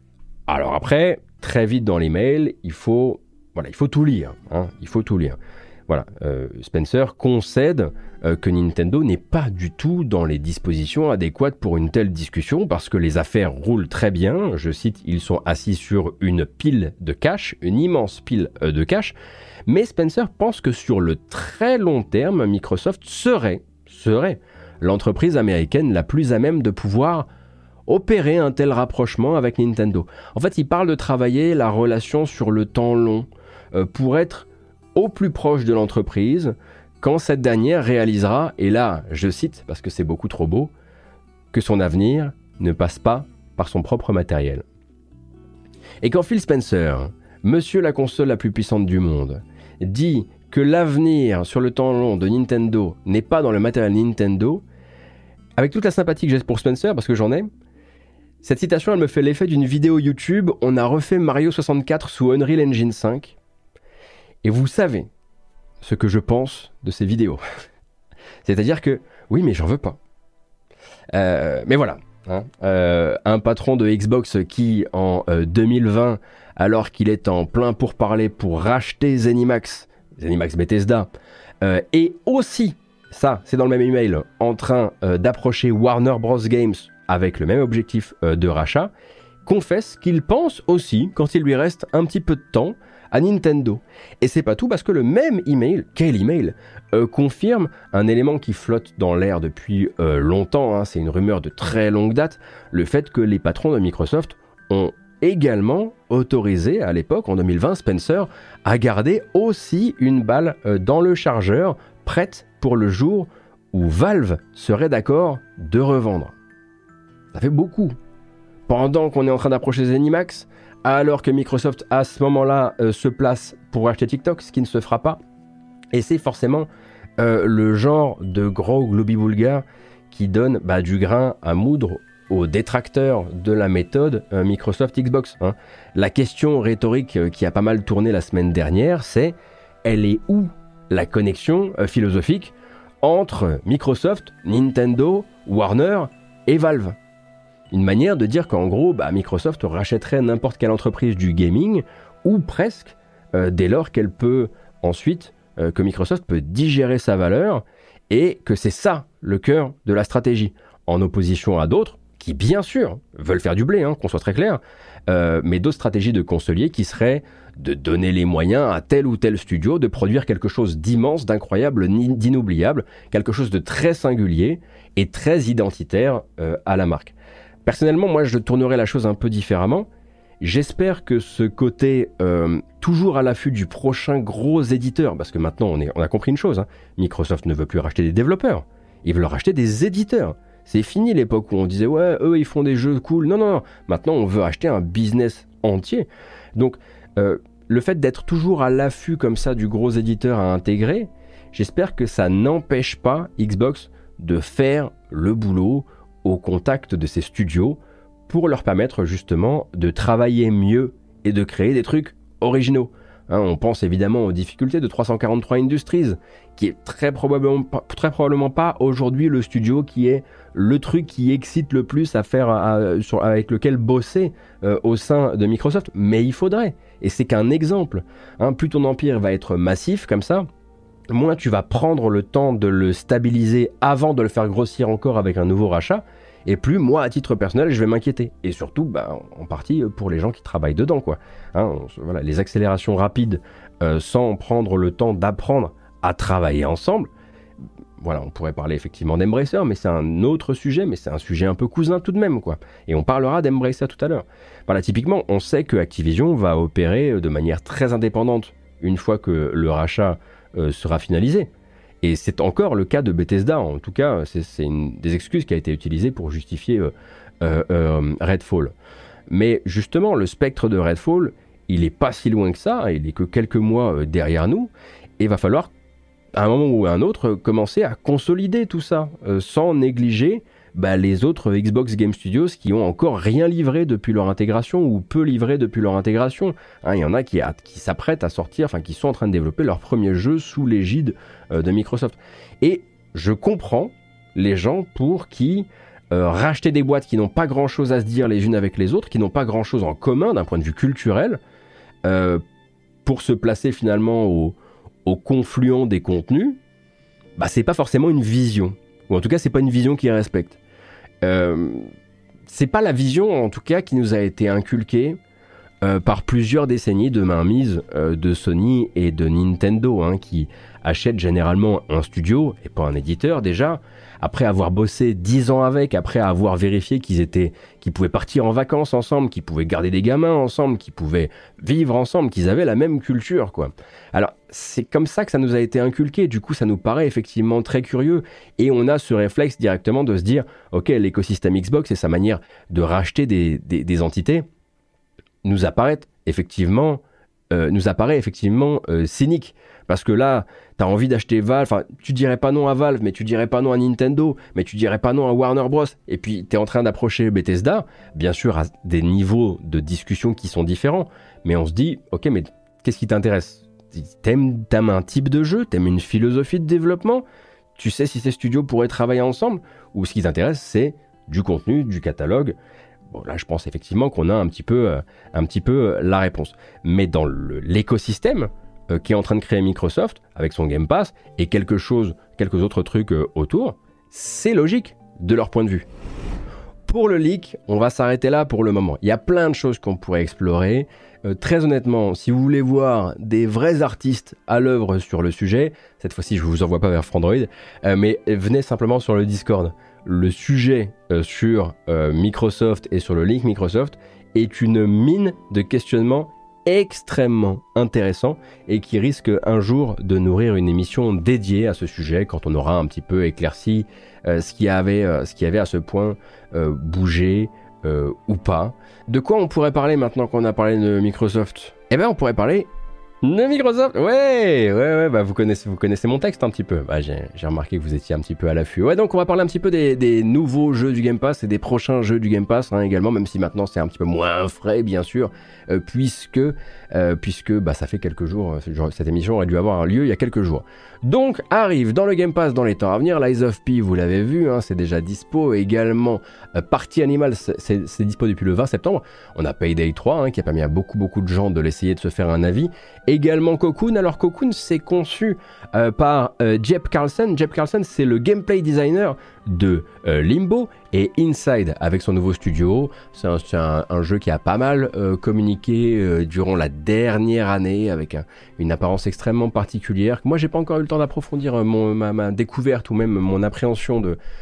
Alors après, très vite dans l'email, il faut tout lire. Il faut tout lire. Voilà, Spencer concède que Nintendo n'est pas du tout dans les dispositions adéquates pour une telle discussion parce que les affaires roulent très bien. Je cite, ils sont assis sur une pile de cash, une immense pile de cash. Mais Spencer pense que sur le très long terme, Microsoft serait l'entreprise américaine la plus à même de pouvoir opérer un tel rapprochement avec Nintendo. En fait, il parle de travailler la relation sur le temps long pour être au plus proche de l'entreprise quand cette dernière réalisera, et là je cite parce que c'est beaucoup trop beau, que son avenir ne passe pas par son propre matériel. Et quand Phil Spencer, monsieur la console la plus puissante du monde, dit que l'avenir sur le temps long de Nintendo n'est pas dans le matériel Nintendo, avec toute la sympathie que j'ai pour Spencer, parce que j'en ai, cette citation elle me fait l'effet d'une vidéo YouTube, on a refait Mario 64 sous Unreal Engine 5, et vous savez ce que je pense de ces vidéos. C'est-à-dire que, oui, mais j'en veux pas. Mais voilà, Un patron de Xbox qui, en 2020, alors qu'il est en plein pourparlers pour racheter ZeniMax Bethesda, est aussi, ça c'est dans le même email, en train d'approcher Warner Bros. Games avec le même objectif de rachat, confesse qu'il pense aussi, quand il lui reste un petit peu de temps, à Nintendo. Et c'est pas tout, parce que le même email, quel email, confirme un élément qui flotte dans l'air depuis longtemps, c'est une rumeur de très longue date, le fait que les patrons de Microsoft ont également autorisé à l'époque, en 2020, Spencer, à garder aussi une balle dans le chargeur, prête pour le jour où Valve serait d'accord de revendre. Ça fait beaucoup. Pendant qu'on est en train d'approcher ZeniMax, alors que Microsoft à ce moment-là se place pour acheter TikTok, ce qui ne se fera pas. Et c'est forcément le genre de gros globi-boulga qui donne du grain à moudre aux détracteurs de la méthode Microsoft Xbox. La question rhétorique qui a pas mal tourné la semaine dernière, c'est elle est où la connexion philosophique entre Microsoft, Nintendo, Warner et Valve? Une manière de dire qu'en gros, Microsoft rachèterait n'importe quelle entreprise du gaming, ou presque, dès lors qu'elle peut ensuite, que Microsoft peut digérer sa valeur, et que c'est ça le cœur de la stratégie, en opposition à d'autres, qui bien sûr veulent faire du blé, qu'on soit très clair, mais d'autres stratégies de consoliers qui seraient de donner les moyens à tel ou tel studio de produire quelque chose d'immense, d'incroyable, d'inoubliable, quelque chose de très singulier et très identitaire à la marque. Personnellement, moi, je tournerais la chose un peu différemment. J'espère que ce côté toujours à l'affût du prochain gros éditeur, parce que maintenant, on a compris une chose, Microsoft ne veut plus racheter des développeurs, ils veulent racheter des éditeurs. C'est fini l'époque où on disait « Ouais, eux, ils font des jeux cool. » Non. Maintenant, on veut acheter un business entier. Donc, le fait d'être toujours à l'affût comme ça du gros éditeur à intégrer, j'espère que ça n'empêche pas Xbox de faire le boulot au contact de ces studios pour leur permettre justement de travailler mieux et de créer des trucs originaux. On pense évidemment aux difficultés de 343 Industries, qui est très probablement pas aujourd'hui le studio qui est le truc qui excite le plus à faire avec lequel bosser au sein de Microsoft, mais il faudrait, et c'est qu'un exemple. Plus ton empire va être massif comme ça, moins tu vas prendre le temps de le stabiliser avant de le faire grossir encore avec un nouveau rachat, et plus moi à titre personnel je vais m'inquiéter, et surtout en partie pour les gens qui travaillent dedans quoi. Voilà, les accélérations rapides sans prendre le temps d'apprendre à travailler ensemble, voilà, on pourrait parler effectivement d'Embracer, mais c'est un autre sujet, mais c'est un sujet un peu cousin tout de même quoi, et on parlera d'Embracer tout à l'heure. Voilà, typiquement on sait que Activision va opérer de manière très indépendante une fois que le rachat sera finalisé. Et c'est encore le cas de Bethesda, en tout cas, c'est une des excuses qui a été utilisée pour justifier Redfall. Mais justement, le spectre de Redfall, il n'est pas si loin que ça, il est que quelques mois derrière nous, et il va falloir, à un moment ou à un autre, commencer à consolider tout ça, sans négliger les autres Xbox Game Studios qui ont encore rien livré depuis leur intégration ou peu livré depuis leur intégration. Il y en a qui s'apprêtent à sortir, qui sont en train de développer leur premier jeu sous l'égide de Microsoft. Et je comprends les gens pour qui racheter des boîtes qui n'ont pas grand chose à se dire les unes avec les autres, qui n'ont pas grand chose en commun d'un point de vue culturel, pour se placer finalement au confluent des contenus, c'est pas forcément une vision. Ou en tout cas, c'est pas une vision qui respecte. C'est pas la vision, en tout cas, qui nous a été inculquée par plusieurs décennies de mainmise de Sony et de Nintendo, qui achètent généralement un studio, et pas un éditeur déjà, après avoir bossé 10 ans avec, après avoir vérifié qu'ils pouvaient partir en vacances ensemble, qu'ils pouvaient garder des gamins ensemble, qu'ils pouvaient vivre ensemble, qu'ils avaient la même culture, quoi. Alors, c'est comme ça que ça nous a été inculqué, du coup ça nous paraît effectivement très curieux, et on a ce réflexe directement de se dire, ok, l'écosystème Xbox et sa manière de racheter des entités nous apparaît effectivement cynique, parce que là, t'as envie d'acheter Valve, tu dirais pas non à Valve, mais tu dirais pas non à Nintendo, mais tu dirais pas non à Warner Bros, et puis t'es en train d'approcher Bethesda, bien sûr à des niveaux de discussion qui sont différents, mais on se dit, ok, mais qu'est-ce qui t'intéresse ? T'aimes un type de jeu, t'aimes une philosophie de développement, tu sais si ces studios pourraient travailler ensemble, ou ce qui t'intéresse, c'est du contenu, du catalogue. Bon, là, je pense effectivement qu'on a un petit peu la réponse. Mais dans l'écosystème qui est en train de créer Microsoft, avec son Game Pass, et quelques autres trucs autour, c'est logique de leur point de vue. Pour le leak, on va s'arrêter là pour le moment. Il y a plein de choses qu'on pourrait explorer. Très honnêtement, si vous voulez voir des vrais artistes à l'œuvre sur le sujet, cette fois-ci je ne vous envoie pas vers Frandroid, mais venez simplement sur le Discord. Le sujet sur Microsoft et sur le leak Microsoft est une mine de questionnement extrêmement intéressant et qui risque un jour de nourrir une émission dédiée à ce sujet quand on aura un petit peu éclairci ce qui avait à ce point bougé ou pas. De quoi on pourrait parler maintenant qu'on a parlé de Microsoft ? Eh bien on pourrait parler de Microsoft. Ouais, bah vous connaissez mon texte un petit peu. Bah, j'ai remarqué que vous étiez un petit peu à l'affût. Ouais, donc on va parler un petit peu des nouveaux jeux du Game Pass et des prochains jeux du Game Pass également, même si maintenant c'est un petit peu moins frais bien sûr, puisque bah, ça fait quelques jours, cette émission aurait dû avoir lieu il y a quelques jours. Donc arrive dans le Game Pass dans les temps à venir, Lies of P, vous l'avez vu, c'est déjà dispo, également Party Animal, c'est dispo depuis le 20 septembre, on a Payday 3 qui a permis à beaucoup de gens de l'essayer, de se faire un avis, également Cocoon. Alors Cocoon c'est conçu par Jeff Carlson. Jeff Carlson c'est le gameplay designer de Limbo et Inside avec son nouveau studio. C'est un jeu qui a pas mal communiqué durant la dernière année avec une apparence extrêmement particulière. Moi j'ai pas encore eu le temps d'approfondir ma découverte ou même mon appréhension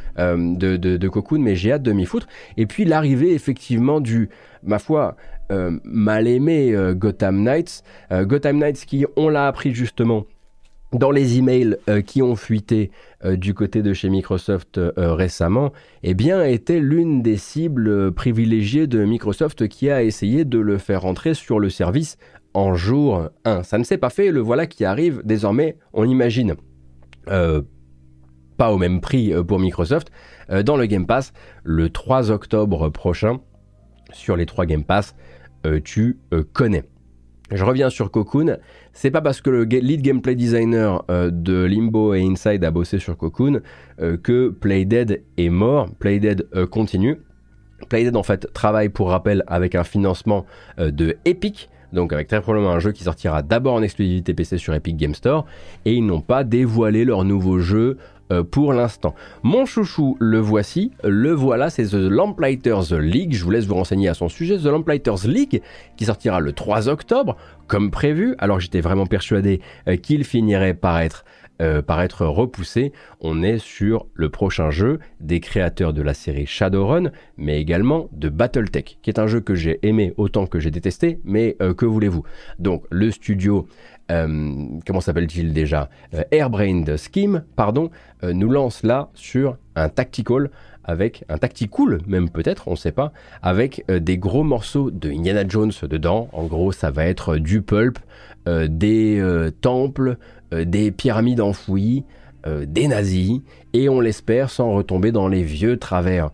de Cocoon, mais j'ai hâte de m'y foutre. Et puis l'arrivée effectivement du, ma foi, mal aimé Gotham Knights. Gotham Knights qui, on l'a appris justement dans les emails qui ont fuité du côté de chez Microsoft récemment, eh bien était l'une des cibles privilégiées de Microsoft qui a essayé de le faire rentrer sur le service en jour 1. Ça ne s'est pas fait, le voilà qui arrive désormais, on imagine, pas au même prix pour Microsoft, dans le Game Pass le 3 octobre prochain. Sur les 3 Game Pass, tu connais. Je reviens sur Cocoon, c'est pas parce que le lead gameplay designer de Limbo et Inside a bossé sur Cocoon que Playdead est mort. Playdead continue. Playdead en fait travaille, pour rappel, avec un financement de Epic, donc avec très probablement un jeu qui sortira d'abord en exclusivité PC sur Epic Game Store, et ils n'ont pas dévoilé leur nouveau jeu pour l'instant. Mon chouchou, le voilà, c'est The Lamplighters League. Je vous laisse vous renseigner à son sujet. The Lamplighters League qui sortira le 3 octobre comme prévu, alors j'étais vraiment persuadé qu'il finirait par être repoussé. On est sur le prochain jeu des créateurs de la série Shadowrun, mais également de Battletech, qui est un jeu que j'ai aimé autant que j'ai détesté, mais que voulez-vous. Donc le studio, comment s'appelle-t-il déjà, Airbrained Scheme, nous lance là sur un tactical, avec un tactical même peut-être, on ne sait pas, avec des gros morceaux de Indiana Jones dedans. En gros ça va être du pulp, des temples, des pyramides enfouies, des nazis, et on l'espère sans retomber dans les vieux travers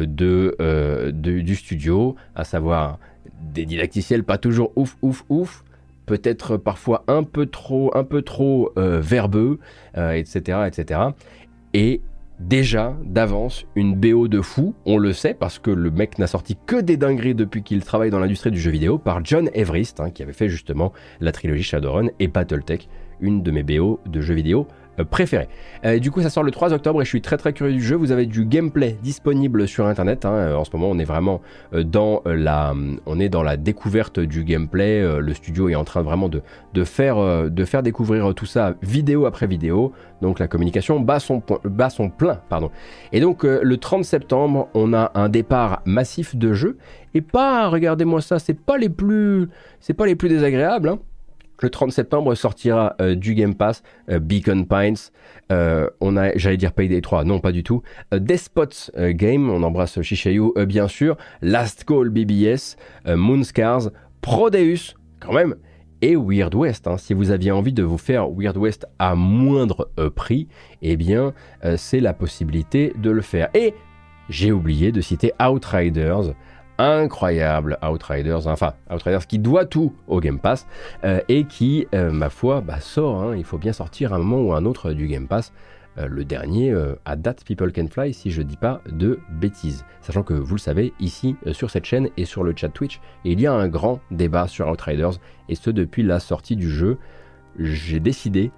du studio, à savoir des didacticiels pas toujours ouf, peut-être parfois un peu trop verbeux, etc. Et déjà d'avance une BO de fou, on le sait parce que le mec n'a sorti que des dingueries depuis qu'il travaille dans l'industrie du jeu vidéo, par John Everest, qui avait fait justement la trilogie Shadowrun et Battletech, une de mes BO de jeux vidéo préférés. Du coup ça sort le 3 octobre et je suis très curieux du jeu. Vous avez du gameplay disponible sur internet, en ce moment on est vraiment dans la découverte du gameplay. Le studio est en train vraiment de faire découvrir tout ça vidéo après vidéo, donc la communication bat son plein. Et donc le 30 septembre on a un départ massif de jeux, et pas, regardez-moi ça, c'est pas les plus désagréables, Le 30 septembre sortira du Game Pass Beacon Pines, on a, j'allais dire Payday 3, non pas du tout, Despots Game, on embrasse Shishayu bien sûr, Last Call BBS, Moonscars, Prodeus quand même, et Weird West. Si vous aviez envie de vous faire Weird West à moindre prix, eh bien c'est la possibilité de le faire. Et j'ai oublié de citer Outriders, incroyable Outriders qui doit tout au Game Pass et qui, ma foi, sort, il faut bien sortir à un moment ou à un autre du Game Pass. le dernier à date People Can Fly, si je dis pas de bêtises. Sachant que vous le savez, ici sur cette chaîne et sur le chat Twitch, il y a un grand débat sur Outriders, et ce depuis la sortie du jeu. J'ai décidé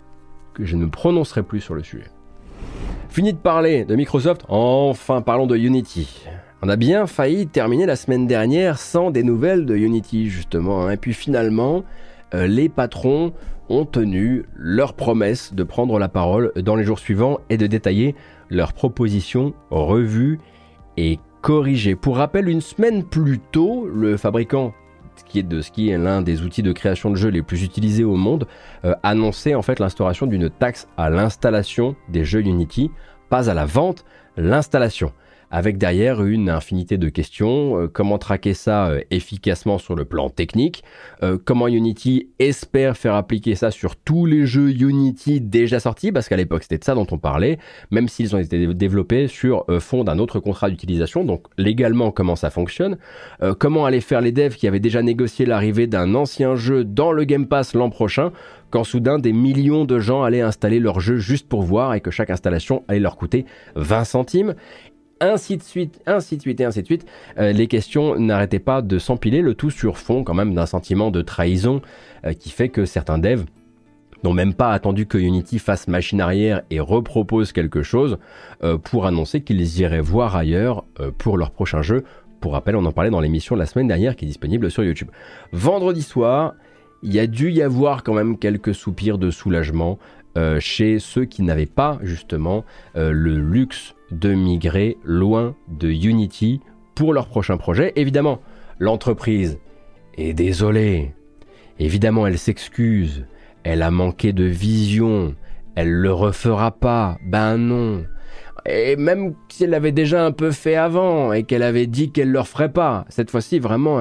que je ne me prononcerai plus sur le sujet. Fini de parler de Microsoft, enfin parlons de Unity. On a bien failli terminer la semaine dernière sans des nouvelles de Unity justement, hein. Et puis finalement, les patrons ont tenu leur promesse de prendre la parole dans les jours suivants et de détailler leurs propositions revues et corrigées. Pour rappel, une semaine plus tôt, le fabricant ce qui est l'un des outils de création de jeux les plus utilisés au monde, annonçait en fait l'instauration d'une taxe à l'installation des jeux Unity, pas à la vente, l'installation. Avec derrière une infinité de questions, comment traquer ça efficacement sur le plan technique, comment Unity espère faire appliquer ça sur tous les jeux Unity déjà sortis, parce qu'à l'époque c'était de ça dont on parlait, même s'ils ont été développés sur fond d'un autre contrat d'utilisation, donc légalement comment ça fonctionne, comment aller faire les devs qui avaient déjà négocié l'arrivée d'un ancien jeu dans le Game Pass l'an prochain, quand soudain des millions de gens allaient installer leur jeu juste pour voir et que chaque installation allait leur coûter 20 centimes. Ainsi de suite, ainsi de suite et ainsi de suite. Les questions n'arrêtaient pas de s'empiler, le tout sur fond quand même d'un sentiment de trahison qui fait que certains devs n'ont même pas attendu que Unity fasse machine arrière et repropose quelque chose pour annoncer qu'ils iraient voir ailleurs pour leur prochain jeu. Pour rappel, on en parlait dans l'émission de la semaine dernière qui est disponible sur YouTube. Vendredi soir, il y a dû y avoir quand même quelques soupirs de soulagement chez ceux qui n'avaient pas justement le luxe de migrer loin de Unity pour leur prochain projet. Évidemment, l'entreprise est désolée. Évidemment, elle s'excuse. Elle a manqué de vision. Elle le refera pas. Ben non. Et même si elle l'avait déjà un peu fait avant et qu'elle avait dit qu'elle le referait pas, cette fois-ci, vraiment,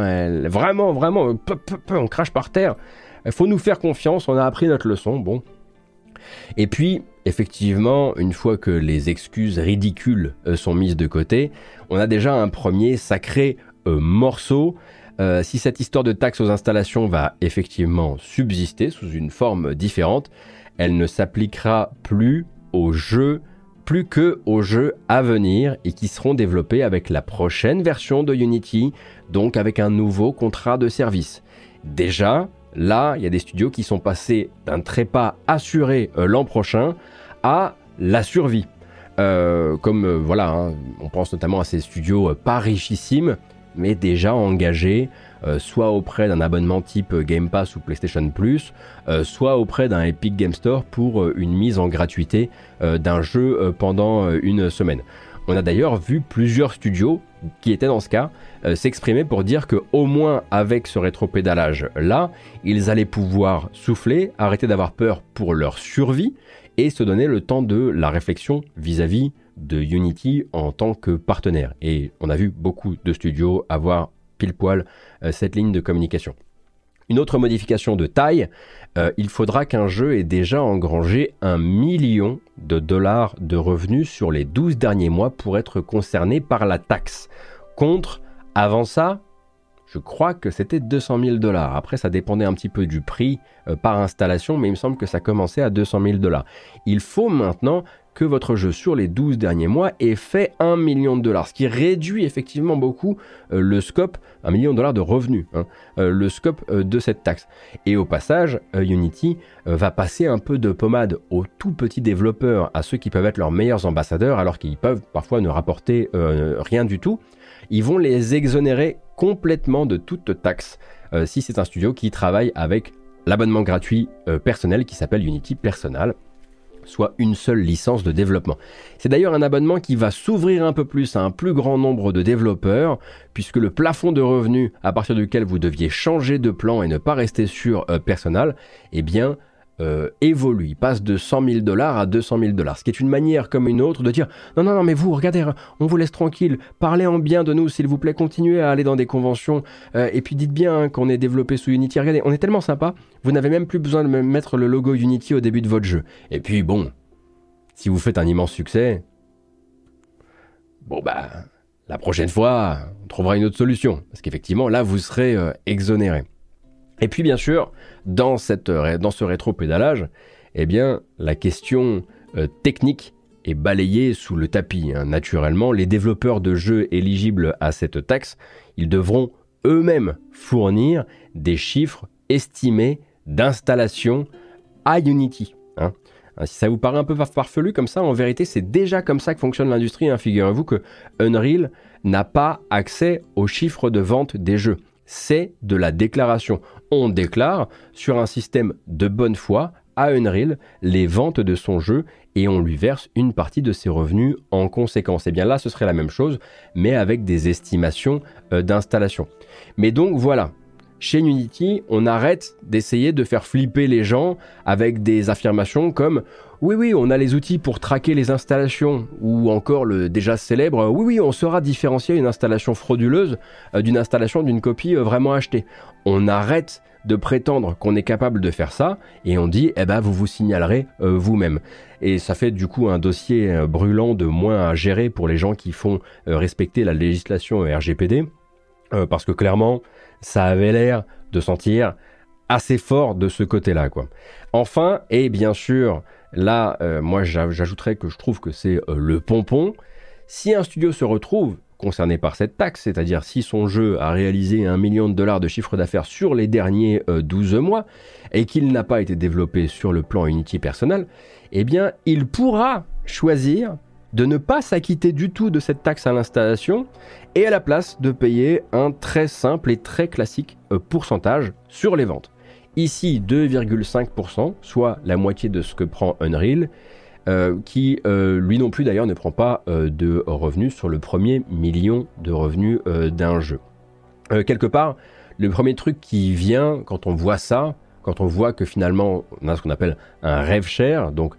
on crache par terre. Il faut nous faire confiance. On a appris notre leçon. Bon. Et puis, effectivement, une fois que les excuses ridicules sont mises de côté, on a déjà un premier sacré morceau. Si cette histoire de taxe aux installations va effectivement subsister sous une forme différente, elle ne s'appliquera plus que aux jeux à venir et qui seront développés avec la prochaine version de Unity, donc avec un nouveau contrat de service. Déjà, là, il y a des studios qui sont passés d'un trépas assuré l'an prochain à la survie. On pense notamment à ces studios pas richissimes, mais déjà engagés, soit auprès d'un abonnement type Game Pass ou PlayStation Plus, soit auprès d'un Epic Game Store pour une mise en gratuité d'un jeu pendant une semaine. On a d'ailleurs vu plusieurs studios qui étaient dans ce cas s'exprimer pour dire que au moins avec ce rétropédalage là, ils allaient pouvoir souffler, arrêter d'avoir peur pour leur survie et se donner le temps de la réflexion vis-à-vis de Unity en tant que partenaire. Et on a vu beaucoup de studios avoir pile poil cette ligne de communication. Une autre modification de taille, il faudra qu'un jeu ait déjà engrangé $1 million de revenus sur les 12 derniers mois pour être concerné par la taxe. Contre, avant ça, je crois que c'était $200 000. Après, ça dépendait un petit peu du prix par installation, mais il me semble que ça commençait à $200 000. Il faut maintenant que votre jeu sur les 12 derniers mois ait fait $1 million, ce qui réduit effectivement beaucoup le scope, $1 million de revenus, le scope de cette taxe. Et au passage, Unity va passer un peu de pommade aux tout petits développeurs, à ceux qui peuvent être leurs meilleurs ambassadeurs, alors qu'ils peuvent parfois ne rapporter rien du tout. Ils vont les exonérer complètement de toute taxe si c'est un studio qui travaille avec l'abonnement gratuit personnel qui s'appelle Unity Personal, soit une seule licence de développement. C'est d'ailleurs un abonnement qui va s'ouvrir un peu plus à un plus grand nombre de développeurs, puisque le plafond de revenus à partir duquel vous deviez changer de plan et ne pas rester sur Personal, eh bien, évolue. Il passe de $100 000 à $200 000, ce qui est une manière comme une autre de dire non, mais vous, regardez, on vous laisse tranquille, parlez en bien de nous, s'il vous plaît, continuez à aller dans des conventions, et puis dites bien qu'on est développé sous Unity. Regardez, on est tellement sympa, vous n'avez même plus besoin de mettre le logo Unity au début de votre jeu. Et puis bon, si vous faites un immense succès, la prochaine fois, on trouvera une autre solution, parce qu'effectivement, là, vous serez exonéré. Et puis bien sûr, dans ce rétro-pédalage, eh bien, la question technique est balayé sous le tapis. Naturellement, les développeurs de jeux éligibles à cette taxe, ils devront eux-mêmes fournir des chiffres estimés d'installation à Unity. Si ça vous paraît un peu farfelu comme ça, en vérité, c'est déjà comme ça que fonctionne l'industrie. Figurez-vous que Unreal n'a pas accès aux chiffres de vente des jeux. C'est de la déclaration. On déclare sur un système de bonne foi à Unreal les ventes de son jeu et on lui verse une partie de ses revenus en conséquence. Et bien là, ce serait la même chose, mais avec des estimations d'installation. Mais donc voilà, chez Unity, on arrête d'essayer de faire flipper les gens avec des affirmations comme « Oui, on a les outils pour traquer les installations » ou encore le déjà célèbre « Oui, on saura différencier une installation frauduleuse d'une installation d'une copie vraiment achetée ». On arrête de prétendre qu'on est capable de faire ça et on dit « vous vous signalerez vous-même ». Et ça fait du coup un dossier brûlant de moins à gérer pour les gens qui font respecter la législation RGPD parce que clairement, ça avait l'air de sentir assez fort de ce côté-là, quoi. Enfin, et bien sûr, là, moi j'ajouterais que je trouve que c'est le pompon. Si un studio se retrouve concerné par cette taxe, c'est-à-dire si son jeu a réalisé $1 million de chiffre d'affaires sur les derniers 12 mois et qu'il n'a pas été développé sur le plan Unity personnel, eh bien, il pourra choisir de ne pas s'acquitter du tout de cette taxe à l'installation et à la place de payer un très simple et très classique pourcentage sur les ventes. Ici 2,5%, soit la moitié de ce que prend Unreal, qui lui non plus d'ailleurs ne prend pas de revenus sur le premier $1 million de revenus d'un jeu. Quelque part, le premier truc qui vient quand on voit ça, quand on voit que finalement on a ce qu'on appelle un rev share, donc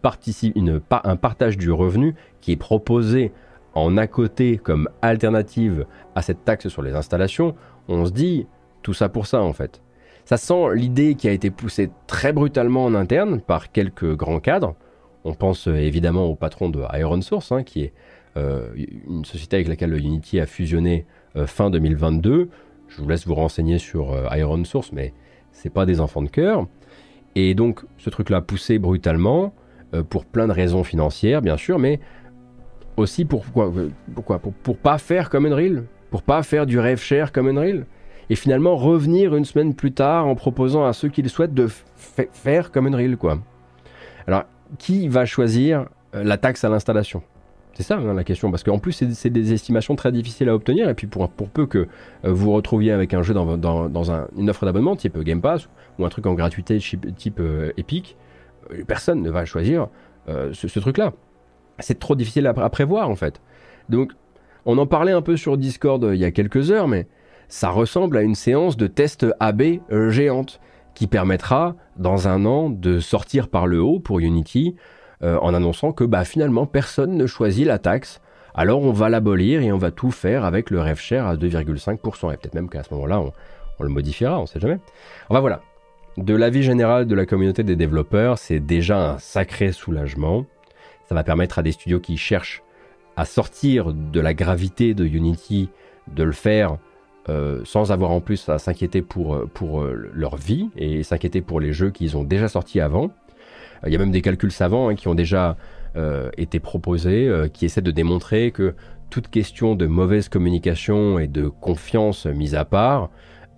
un partage du revenu qui est proposé en à côté comme alternative à cette taxe sur les installations, on se dit tout ça pour ça en fait. Ça sent l'idée qui a été poussée très brutalement en interne par quelques grands cadres. On pense évidemment au patron de Iron Source, qui est une société avec laquelle Unity a fusionné fin 2022. Je vous laisse vous renseigner sur Iron Source, mais c'est pas des enfants de cœur. Et donc ce truc-là poussé brutalement pour plein de raisons financières, bien sûr, mais aussi pourquoi pour pas faire comme Unreal, pour pas faire du rev share comme Unreal, et finalement revenir une semaine plus tard en proposant à ceux qui le souhaitent de faire comme Unreal, quoi. Alors, qui va choisir la taxe à l'installation ? C'est ça la question, parce qu'en plus c'est des estimations très difficiles à obtenir, et puis pour peu que vous retrouviez avec un jeu dans une offre d'abonnement type Game Pass, ou un truc en gratuité type Epic, personne ne va choisir ce truc-là. C'est trop difficile à prévoir en fait. Donc on en parlait un peu sur Discord il y a quelques heures, mais ça ressemble à une séance de test AB géante, qui permettra dans un an de sortir par le haut pour Unity, en annonçant que finalement personne ne choisit la taxe, alors on va l'abolir et on va tout faire avec le rev share à 2,5%, et peut-être même qu'à ce moment-là on le modifiera, on sait jamais. Enfin voilà, de l'avis général de la communauté des développeurs, c'est déjà un sacré soulagement. Ça va permettre à des studios qui cherchent à sortir de la gravité de Unity de le faire sans avoir en plus à s'inquiéter pour leur vie et s'inquiéter pour les jeux qu'ils ont déjà sortis avant. Il y a même des calculs savants qui ont déjà été proposés, qui essaient de démontrer que toute question de mauvaise communication et de confiance mise à part,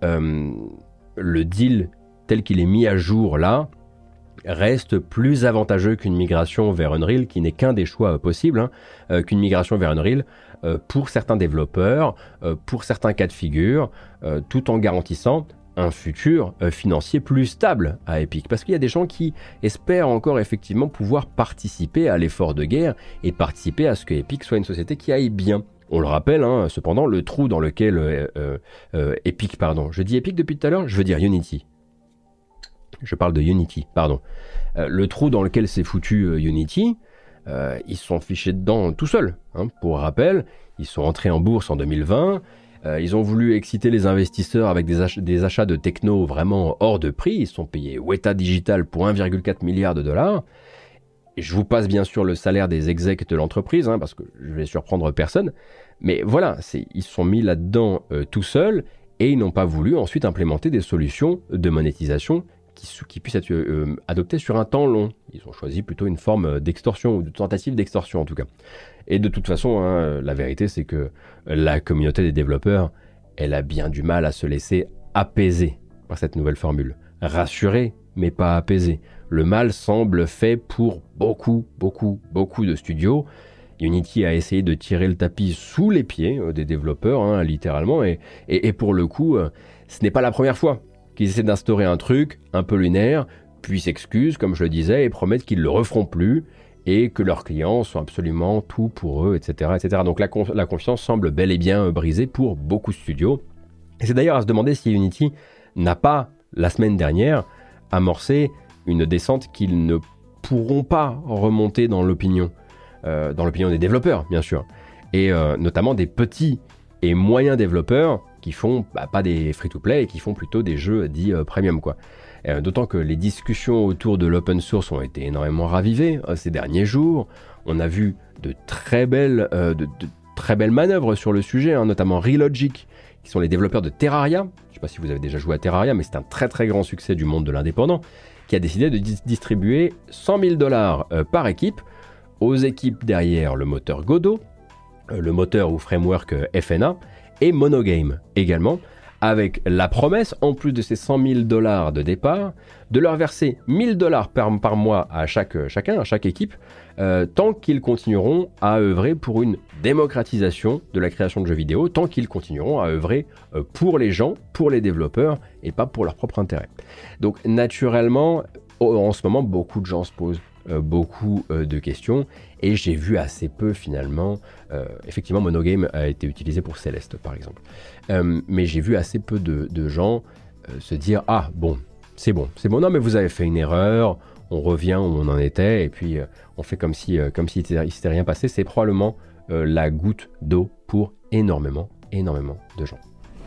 le deal tel qu'il est mis à jour là, reste plus avantageux qu'une migration vers Unreal, qui n'est qu'un des choix possibles, qu'une migration vers Unreal pour certains développeurs, pour certains cas de figure, tout en garantissant un futur financier plus stable à Epic. Parce qu'il y a des gens qui espèrent encore effectivement pouvoir participer à l'effort de guerre et participer à ce que Epic soit une société qui aille bien. On le rappelle, cependant, le trou dans lequel Epic, pardon, je dis Epic depuis tout à l'heure, je veux dire Unity. Je parle de Unity, pardon. Le trou dans lequel s'est foutu Unity, ils se sont fichés dedans tout seuls. Pour rappel, ils sont entrés en bourse en 2020, ils ont voulu exciter les investisseurs avec des achats de techno vraiment hors de prix, ils se sont payés Weta Digital pour 1,4 milliard de dollars. Et je vous passe bien sûr le salaire des execs de l'entreprise, parce que je vais surprendre personne. Mais voilà, ils se sont mis là-dedans tout seuls, et ils n'ont pas voulu ensuite implémenter des solutions de monétisation qui puisse être adopté sur un temps long. Ils ont choisi plutôt une forme d'extorsion, ou de tentative d'extorsion en tout cas. Et de toute façon, hein, la vérité c'est que la communauté des développeurs, elle a bien du mal à se laisser apaiser par cette nouvelle formule. Rassurer, mais pas apaiser. Le mal semble fait pour beaucoup de studios. Unity a essayé de tirer le tapis sous les pieds des développeurs, hein, littéralement, et pour le coup, ce n'est pas la première fois qu'ils essaient d'instaurer un truc un peu lunaire, puis s'excusent, comme je le disais, et promettent qu'ils ne le referont plus, et que leurs clients sont absolument tout pour eux, etc. etc. Donc la confiance semble bel et bien brisée pour beaucoup de studios. Et c'est d'ailleurs à se demander si Unity n'a pas, la semaine dernière, amorcé une descente qu'ils ne pourront pas remonter dans l'opinion des développeurs, bien sûr, et notamment des petits et moyens développeurs qui font pas des free-to-play et qui font plutôt des jeux dits premium, quoi. D'autant que les discussions autour de l'open source ont été énormément ravivées ces derniers jours. On a vu de très belles manœuvres sur le sujet, hein, notamment Relogic, qui sont les développeurs de Terraria. Je ne sais pas si vous avez déjà joué à Terraria, mais c'est un très très grand succès du monde de l'indépendant, qui a décidé de distribuer $100 000 par équipe aux équipes derrière le moteur Godot, le moteur ou framework FNA, et Monogame également, avec la promesse, en plus de ces $100 000 de départ, de leur verser $1 000 par mois à chaque équipe, tant qu'ils continueront à œuvrer pour une démocratisation de la création de jeux vidéo, tant qu'ils continueront à œuvrer pour les gens, pour les développeurs, et pas pour leur propre intérêt. Donc naturellement, en ce moment, beaucoup de gens se posent beaucoup de questions, et j'ai vu assez peu finalement, effectivement Monogame a été utilisé pour Céleste par exemple, mais j'ai vu assez peu de gens se dire ah bon, c'est bon, non mais vous avez fait une erreur, on revient où on en était, et puis on fait comme si il s'était rien passé. C'est probablement la goutte d'eau pour énormément de gens.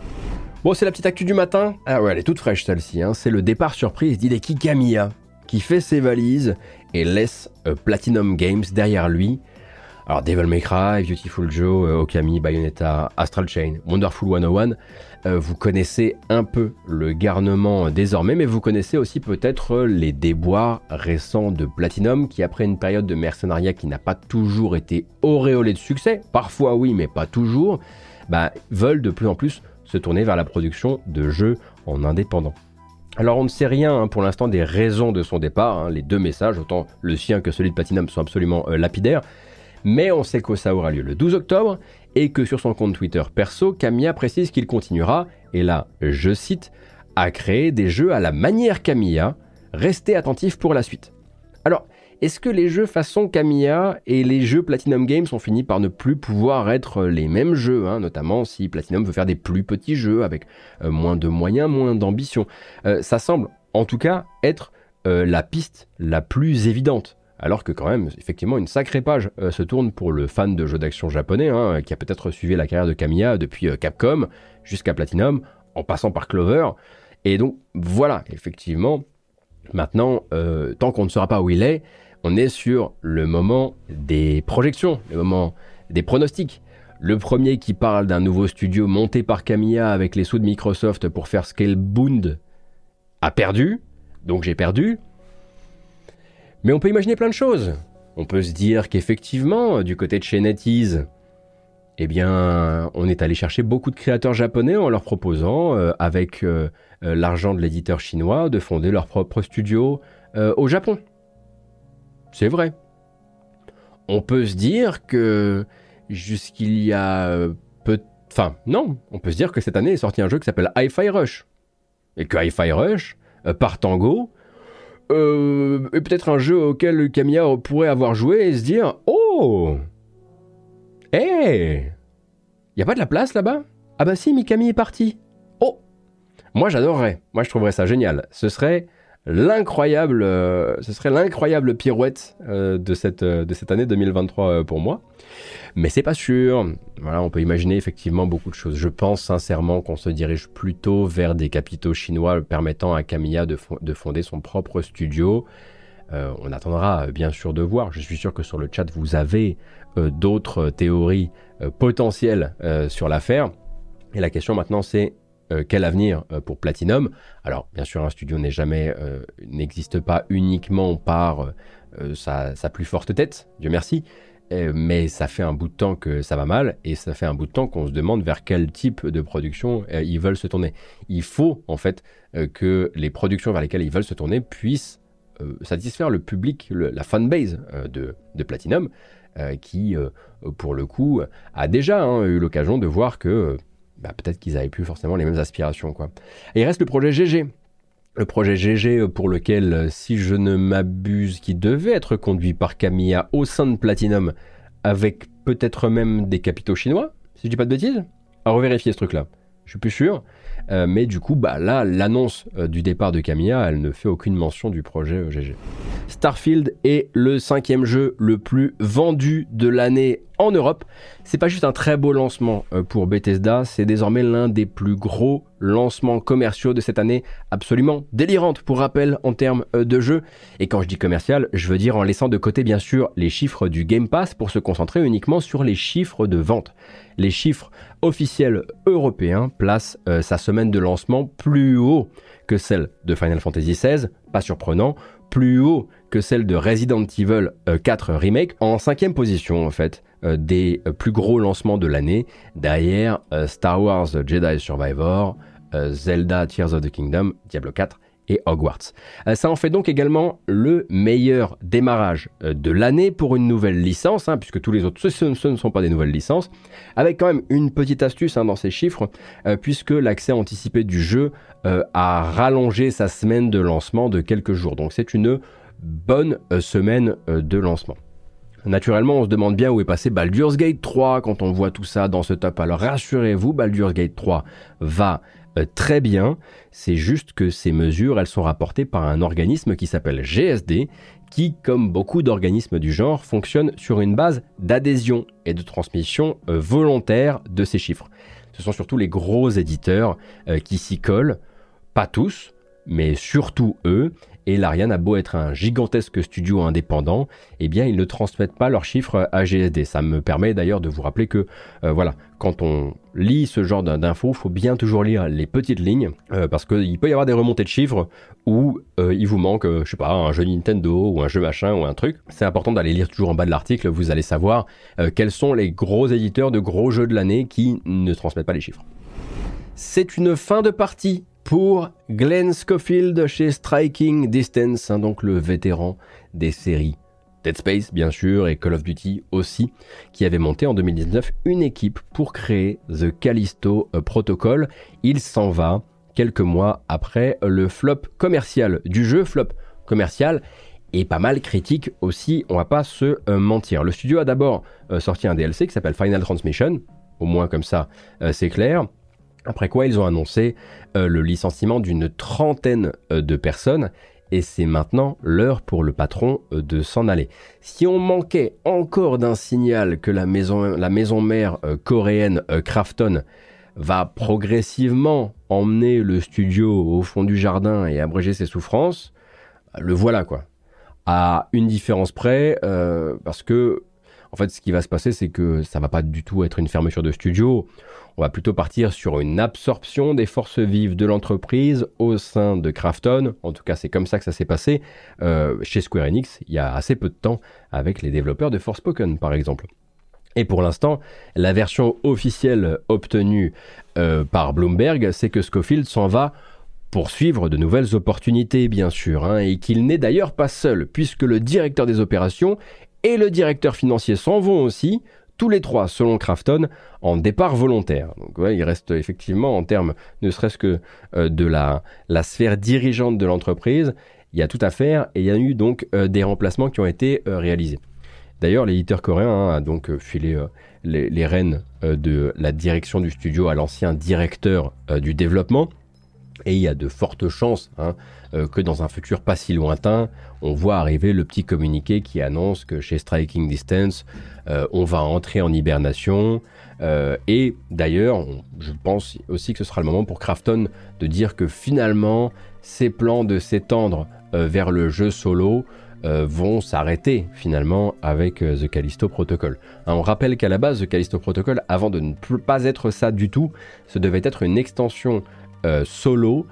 Bon, c'est la petite actu du matin. Ah ouais, elle est toute fraîche celle-ci, hein. C'est le départ surprise d'Hideki Kamiya, qui fait ses valises et laisse Platinum Games derrière lui. Alors Devil May Cry, Beautiful Joe, Okami, Bayonetta, Astral Chain, Wonderful 101, vous connaissez un peu le garnement désormais, mais vous connaissez aussi peut-être les déboires récents de Platinum, qui après une période de mercenariat qui n'a pas toujours été auréolée de succès, parfois oui mais pas toujours, veulent de plus en plus se tourner vers la production de jeux en indépendant. Alors on ne sait rien pour l'instant des raisons de son départ, les deux messages, autant le sien que celui de Platinum, sont absolument lapidaires, mais on sait que ça aura lieu le 12 octobre et que sur son compte Twitter perso, Kamiya précise qu'il continuera, et là je cite, à créer des jeux à la manière Kamiya, restez attentifs pour la suite. Alors, est-ce que les jeux façon Kamiya et les jeux Platinum Games ont fini par ne plus pouvoir être les mêmes jeux, notamment si Platinum veut faire des plus petits jeux avec moins de moyens, moins d'ambition. Ça semble en tout cas être la piste la plus évidente. Alors que quand même, effectivement, une sacrée page se tourne pour le fan de jeux d'action japonais, qui a peut-être suivi la carrière de Kamiya depuis Capcom jusqu'à Platinum, en passant par Clover. Et donc voilà, effectivement, maintenant, tant qu'on ne saura pas où il est, on est sur le moment des projections, le moment des pronostics. Le premier qui parle d'un nouveau studio monté par Kamiya avec les sous de Microsoft pour faire Scalebound a perdu, donc j'ai perdu. Mais on peut imaginer plein de choses. On peut se dire qu'effectivement, du côté de chez NetEase, eh bien, on est allé chercher beaucoup de créateurs japonais en leur proposant, avec l'argent de l'éditeur chinois, de fonder leur propre studio au Japon. C'est vrai. On peut se dire que jusqu'il y a on peut se dire que cette année est sorti un jeu qui s'appelle Hi-Fi Rush. Et que Hi-Fi Rush, par Tango, est peut-être un jeu auquel Kamiya pourrait avoir joué et se dire « Oh, y a pas de la place là-bas ? Ah bah si, Mikami est parti. Oh !» Moi j'adorerais, moi je trouverais ça génial. Ce serait l'incroyable pirouette de cette année 2023 pour moi. Mais c'est pas sûr. Voilà, on peut imaginer effectivement beaucoup de choses. Je pense sincèrement qu'on se dirige plutôt vers des capitaux chinois permettant à Kamiya de fonder son propre studio. On attendra bien sûr de voir. Je suis sûr que sur le chat vous avez d'autres théories potentielles sur l'affaire. Et la question maintenant c'est quel avenir pour Platinum. Alors bien sûr un studio n'existe pas uniquement par sa plus forte tête, Dieu merci, mais ça fait un bout de temps que ça va mal et ça fait un bout de temps qu'on se demande vers quel type de production ils veulent se tourner. Il faut en fait que les productions vers lesquelles ils veulent se tourner puissent satisfaire le public, la fanbase de Platinum, qui pour le coup a déjà eu l'occasion de voir que peut-être qu'ils n'avaient plus forcément les mêmes aspirations, quoi. Et il reste le projet GG. Le projet GG pour lequel, si je ne m'abuse, qui devait être conduit par Camilla au sein de Platinum, avec peut-être même des capitaux chinois, si je dis pas de bêtises, à revérifier ce truc-là. Je suis plus sûr. Mais du coup, là, l'annonce du départ de Camilla, elle ne fait aucune mention du projet GG. Starfield est le 5e jeu le plus vendu de l'année en Europe. C'est pas juste un très beau lancement pour Bethesda, c'est désormais l'un des plus gros lancements commerciaux de cette année, absolument délirante pour rappel en termes de jeu. Et quand je dis commercial, je veux dire en laissant de côté bien sûr les chiffres du Game Pass pour se concentrer uniquement sur les chiffres de vente. Les chiffres officiels européens placent sa semaine de lancement plus haut que celle de Final Fantasy XVI, pas surprenant, plus haut que celle de Resident Evil 4 Remake, en 5e position en fait des plus gros lancements de l'année, derrière Star Wars Jedi Survivor, Zelda Tears of the Kingdom, Diablo 4 et Hogwarts. Ça en fait donc également le meilleur démarrage de l'année pour une nouvelle licence, puisque tous les autres, ce ne sont pas des nouvelles licences, avec quand même une petite astuce dans ces chiffres, puisque l'accès anticipé du jeu a rallongé sa semaine de lancement de quelques jours. Donc c'est une bonne semaine de lancement. Naturellement, on se demande bien où est passé Baldur's Gate 3 quand on voit tout ça dans ce top. Alors rassurez-vous, Baldur's Gate 3 va très bien. C'est juste que ces mesures, elles sont rapportées par un organisme qui s'appelle GSD, qui, comme beaucoup d'organismes du genre, fonctionne sur une base d'adhésion et de transmission volontaire de ces chiffres. Ce sont surtout les gros éditeurs qui s'y collent, pas tous, mais surtout eux. Et Larian a beau être un gigantesque studio indépendant, eh bien ils ne transmettent pas leurs chiffres à GSD. Ça me permet d'ailleurs de vous rappeler que quand on lit ce genre d'infos, il faut bien toujours lire les petites lignes, parce qu'il peut y avoir des remontées de chiffres où il vous manque, je sais pas, un jeu Nintendo ou un jeu machin ou un truc. C'est important d'aller lire toujours en bas de l'article, vous allez savoir quels sont les gros éditeurs de gros jeux de l'année qui ne transmettent pas les chiffres. C'est une fin de partie pour Glenn Schofield chez Striking Distance, donc le vétéran des séries Dead Space bien sûr et Call of Duty aussi, qui avait monté en 2019 une équipe pour créer The Callisto Protocol. Il s'en va quelques mois après le flop commercial du jeu, flop commercial et pas mal critique aussi, on va pas se mentir. Le studio a d'abord sorti un DLC qui s'appelle Final Transmission, au moins comme ça c'est clair. Après quoi, ils ont annoncé le licenciement d'une trentaine de personnes et c'est maintenant l'heure pour le patron de s'en aller. Si on manquait encore d'un signal que la maison mère coréenne Krafton va progressivement emmener le studio au fond du jardin et abréger ses souffrances, le voilà quoi. À une différence près, parce que en fait, ce qui va se passer, c'est que ça va pas du tout être une fermeture de studio. On va plutôt partir sur une absorption des forces vives de l'entreprise au sein de Krafton. En tout cas, c'est comme ça que ça s'est passé chez Square Enix il y a assez peu de temps avec les développeurs de Forspoken, par exemple. Et pour l'instant, la version officielle obtenue par Bloomberg, c'est que Schofield s'en va poursuivre de nouvelles opportunités, bien sûr, et qu'il n'est d'ailleurs pas seul, puisque le directeur des opérations et le directeur financier s'en vont aussi, tous les trois, selon Krafton, en départ volontaire. Donc il reste effectivement, en termes ne serait-ce que de la sphère dirigeante de l'entreprise, il y a tout à faire et il y a eu donc des remplacements qui ont été réalisés. D'ailleurs, l'éditeur coréen a donc filé les rênes de la direction du studio à l'ancien directeur du développement. Et il y a de fortes chances que dans un futur pas si lointain, on voit arriver le petit communiqué qui annonce que chez Striking Distance, on va entrer en hibernation. Et d'ailleurs, je pense aussi que ce sera le moment pour Krafton de dire que finalement, ses plans de s'étendre vers le jeu solo vont s'arrêter finalement avec The Callisto Protocol. On rappelle qu'à la base, The Callisto Protocol, avant de ne pas être ça du tout, ce devait être une extension solo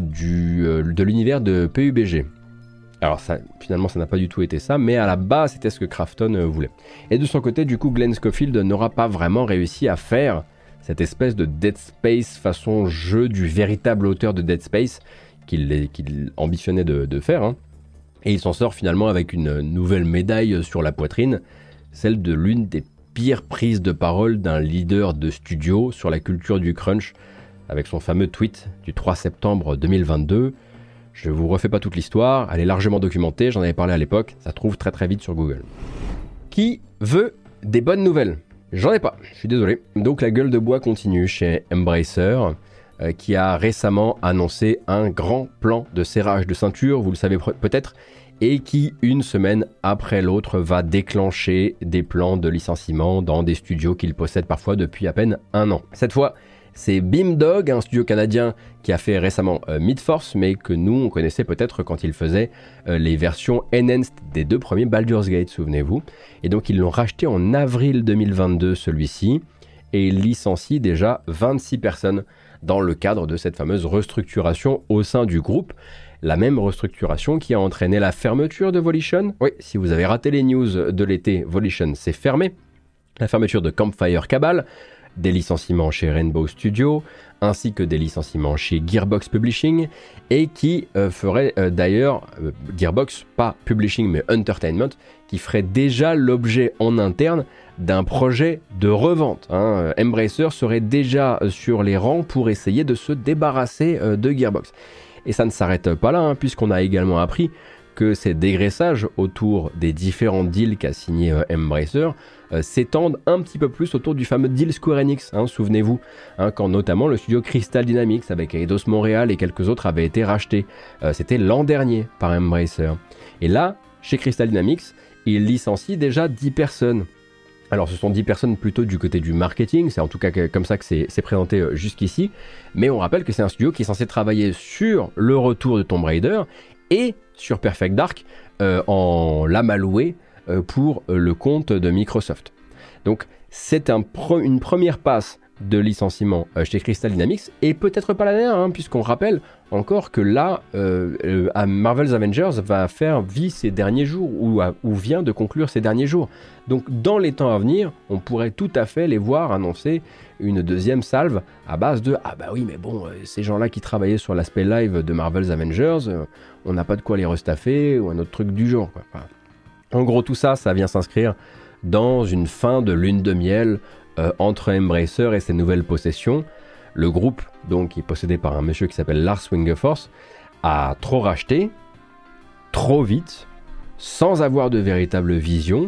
de l'univers de PUBG. Alors finalement ça n'a pas du tout été ça, mais à la base c'était ce que Krafton voulait. Et de son côté, du coup, Glenn Schofield n'aura pas vraiment réussi à faire cette espèce de Dead Space façon jeu du véritable auteur de Dead Space qu'il ambitionnait de faire, hein. Et il s'en sort finalement avec une nouvelle médaille sur la poitrine, celle de l'une des pires prises de parole d'un leader de studio sur la culture du crunch, avec son fameux tweet du 3 septembre 2022. Je vous refais pas toute l'histoire, elle est largement documentée, j'en avais parlé à l'époque, ça se trouve très très vite sur Google. Qui veut des bonnes nouvelles? J'en ai pas, je suis désolé. Donc la gueule de bois continue chez Embracer, qui a récemment annoncé un grand plan de serrage de ceinture, vous le savez peut-être, et qui, une semaine après l'autre, va déclencher des plans de licenciement dans des studios qu'il possède parfois depuis à peine un an. Cette fois, c'est Beamdog, un studio canadien qui a fait récemment Midforce, mais que nous, on connaissait peut-être quand il faisait les versions enhanced des 2 premiers Baldur's Gate, souvenez-vous. Et donc, ils l'ont racheté en avril 2022, celui-ci, et il licencie déjà 26 personnes dans le cadre de cette fameuse restructuration au sein du groupe. La même restructuration qui a entraîné la fermeture de Volition. Oui, si vous avez raté les news de l'été, Volition s'est fermé. La fermeture de Campfire Cabal, des licenciements chez Rainbow Studio, ainsi que des licenciements chez Gearbox Publishing, et qui ferait d'ailleurs, Gearbox, pas Publishing mais Entertainment, qui ferait déjà l'objet en interne d'un projet de revente, hein. Embracer serait déjà sur les rangs pour essayer de se débarrasser de Gearbox. Et ça ne s'arrête pas là, hein, puisqu'on a également appris que ces dégraissages autour des différents deals qu'a signé Embracer s'étendent un petit peu plus autour du fameux deal Square Enix, hein, souvenez-vous, hein, quand notamment le studio Crystal Dynamics avec Eidos Montréal et quelques autres avaient été rachetés. C'était l'an dernier par Embracer. Et là, chez Crystal Dynamics, ils licencient déjà 10 personnes. Alors ce sont 10 personnes plutôt du côté du marketing, c'est en tout cas comme ça que c'est présenté jusqu'ici, mais on rappelle que c'est un studio qui est censé travailler sur le retour de Tomb Raider et sur Perfect Dark en lame allouée pour le compte de Microsoft. Donc c'est une première passe de licenciement chez Crystal Dynamics, et peut-être pas la dernière, hein, puisqu'on rappelle encore que là, Marvel's Avengers vit ses derniers jours, ou vient de conclure ses derniers jours. Donc dans les temps à venir, on pourrait tout à fait les voir annoncer une deuxième salve à base de « Ah bah oui, mais bon, ces gens-là qui travaillaient sur l'aspect live de Marvel's Avengers, on n'a pas de quoi les restaffer, ou un autre truc du genre, quoi. » Enfin, en gros, tout ça, ça vient s'inscrire dans une fin de lune de miel entre Embracer et ses nouvelles possessions. Le groupe, donc, qui est possédé par un monsieur qui s'appelle Lars Wingefors, a trop racheté, trop vite, sans avoir de véritable vision,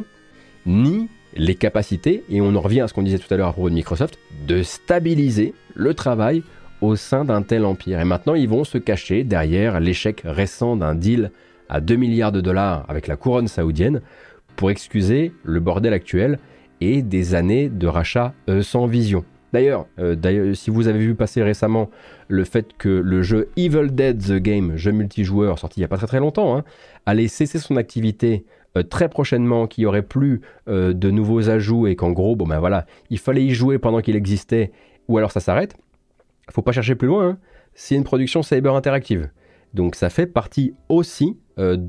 ni les capacités, et on en revient à ce qu'on disait tout à l'heure à propos de Microsoft, de stabiliser le travail au sein d'un tel empire. Et maintenant, ils vont se cacher derrière l'échec récent d'un deal à 2 milliards de dollars avec la couronne saoudienne pour excuser le bordel actuel et des années de rachat sans vision. D'ailleurs, si vous avez vu passer récemment le fait que le jeu Evil Dead The Game, jeu multijoueur sorti il n'y a pas très longtemps, hein, allait cesser son activité très prochainement, qu'il n'y aurait plus de nouveaux ajouts et qu'en gros, bon ben voilà, il fallait y jouer pendant qu'il existait ou alors ça s'arrête. Faut pas chercher plus loin, hein. C'est une production Cyber Interactive. Donc ça fait partie aussi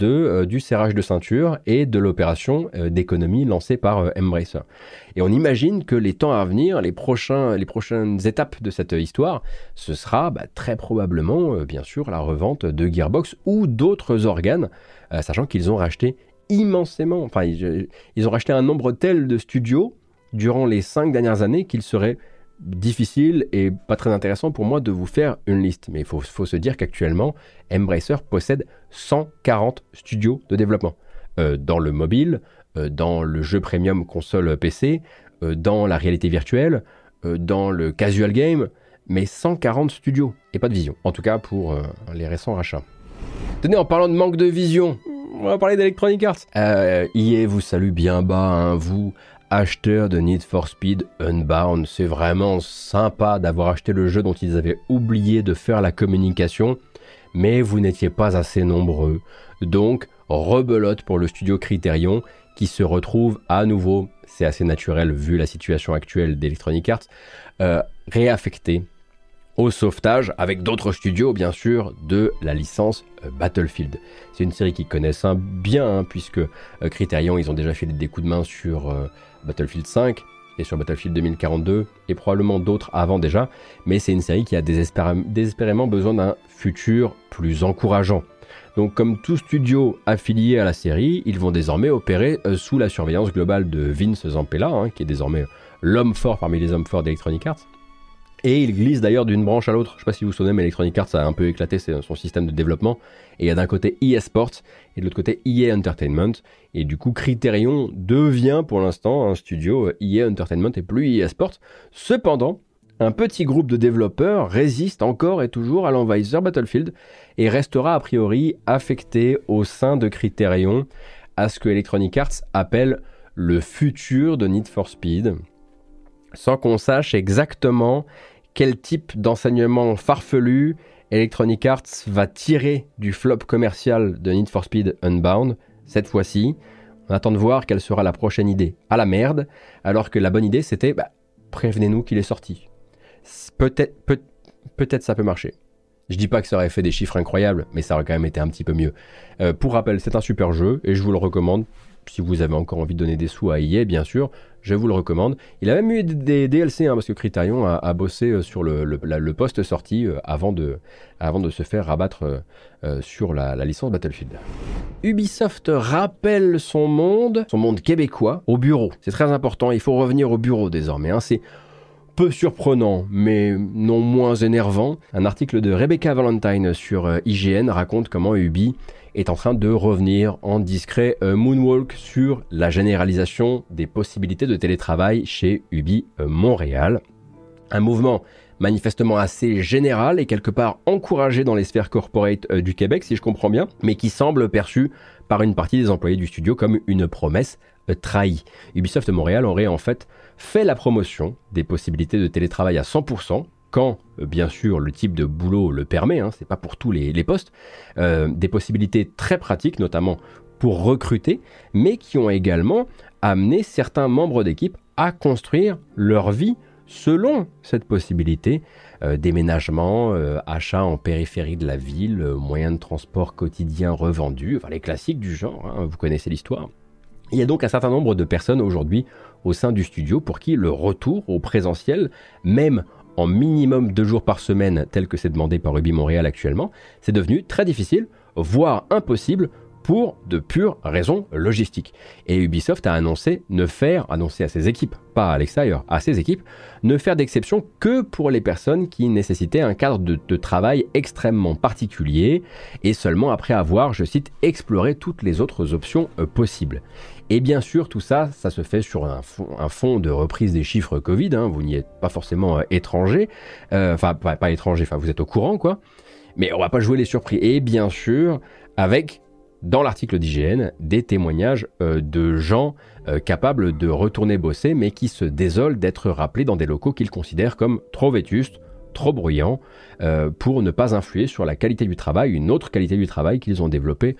du serrage de ceinture et de l'opération d'économie lancée par Embracer. Et on imagine que les temps à venir, les prochaines étapes de cette histoire, ce sera très probablement, bien sûr, la revente de Gearbox ou d'autres organes, sachant qu'ils ont racheté immensément, enfin ils ont racheté un nombre tel de studios durant les 5 dernières années qu'il serait difficile et pas très intéressant pour moi de vous faire une liste. Mais il faut se dire qu'actuellement, Embracer possède 140 studios de développement. Dans le mobile, dans le jeu premium console PC, dans la réalité virtuelle, dans le casual game, mais 140 studios et pas de vision. En tout cas pour les récents rachats. Tenez, en parlant de manque de vision, on va parler d'Electronic Arts. EA vous salue bien bas, hein, vous, acheteurs de Need for Speed Unbound. C'est vraiment sympa d'avoir acheté le jeu dont ils avaient oublié de faire la communication, mais vous n'étiez pas assez nombreux. Donc, rebelote pour le studio Criterion qui se retrouve à nouveau, c'est assez naturel vu la situation actuelle d'Electronic Arts, réaffecté au sauvetage avec d'autres studios bien sûr de la licence Battlefield. C'est une série qu'ils connaissent bien puisque Criterion ils ont déjà fait des coups de main sur Battlefield 5 et sur Battlefield 2042 et probablement d'autres avant déjà, mais c'est une série qui a désespérément besoin d'un futur plus encourageant. Donc comme tout studio affilié à la série, ils vont désormais opérer sous la surveillance globale de Vince Zampella, qui est désormais l'homme fort parmi les hommes forts d'Electronic Arts. Et il glisse d'ailleurs d'une branche à l'autre. Je ne sais pas si vous vous souvenez, mais Electronic Arts a un peu éclaté son système de développement. Et il y a d'un côté EA Sports et de l'autre côté EA Entertainment. Et du coup, Criterion devient pour l'instant un studio EA Entertainment et plus EA Sports. Cependant, un petit groupe de développeurs résiste encore et toujours à l'envahisseur Battlefield et restera a priori affecté au sein de Criterion à ce que Electronic Arts appelle le futur de Need for Speed, sans qu'on sache exactement quel type d'enseignement farfelu Electronic Arts va tirer du flop commercial de Need for Speed Unbound cette fois-ci. On attend de voir quelle sera la prochaine idée à la merde, alors que la bonne idée c'était prévenez-nous qu'il est sorti. Peut-être ça peut marcher. Je dis pas que ça aurait fait des chiffres incroyables, mais ça aurait quand même été un petit peu mieux. Pour rappel, c'est un super jeu et je vous le recommande. Si vous avez encore envie de donner des sous à EA, bien sûr, je vous le recommande. Il a même eu des DLC, parce que Criterion a bossé sur le post-sortie avant de se faire rabattre sur la licence Battlefield. Ubisoft rappelle son monde québécois au bureau. C'est très important, il faut revenir au bureau désormais. C'est peu surprenant, mais non moins énervant. Un article de Rebecca Valentine sur IGN raconte comment Ubi est en train de revenir en discret moonwalk sur la généralisation des possibilités de télétravail chez Ubi Montréal. Un mouvement manifestement assez général et quelque part encouragé dans les sphères corporate du Québec, si je comprends bien, mais qui semble perçu par une partie des employés du studio comme une promesse trahie. Ubisoft Montréal aurait en fait fait la promotion des possibilités de télétravail à 100%, quand, bien sûr, le type de boulot le permet, c'est pas pour tous les postes, des possibilités très pratiques, notamment pour recruter, mais qui ont également amené certains membres d'équipe à construire leur vie selon cette possibilité, déménagement, achat en périphérie de la ville, moyens de transport quotidien revendus, les classiques du genre, vous connaissez l'histoire. Il y a donc un certain nombre de personnes aujourd'hui au sein du studio pour qui le retour au présentiel, même en minimum 2 jours par semaine, tel que c'est demandé par Ubi Montréal actuellement, c'est devenu très difficile, voire impossible, pour de pures raisons logistiques. Et Ubisoft a annoncé à ses équipes, pas à l'extérieur, à ses équipes, ne faire d'exception que pour les personnes qui nécessitaient un cadre de travail extrêmement particulier, et seulement après avoir, je cite, exploré toutes les autres options possibles. Et bien sûr, tout ça, ça se fait sur un fond de reprise des chiffres Covid, vous n'y êtes pas forcément étranger, pas étranger, vous êtes au courant, quoi, mais on va pas jouer les surpris. Et bien sûr, avec dans l'article d'IGN, des témoignages de gens capables de retourner bosser, mais qui se désolent d'être rappelés dans des locaux qu'ils considèrent comme trop vétustes, trop bruyants, pour ne pas influer sur la qualité du travail, une autre qualité du travail qu'ils ont développée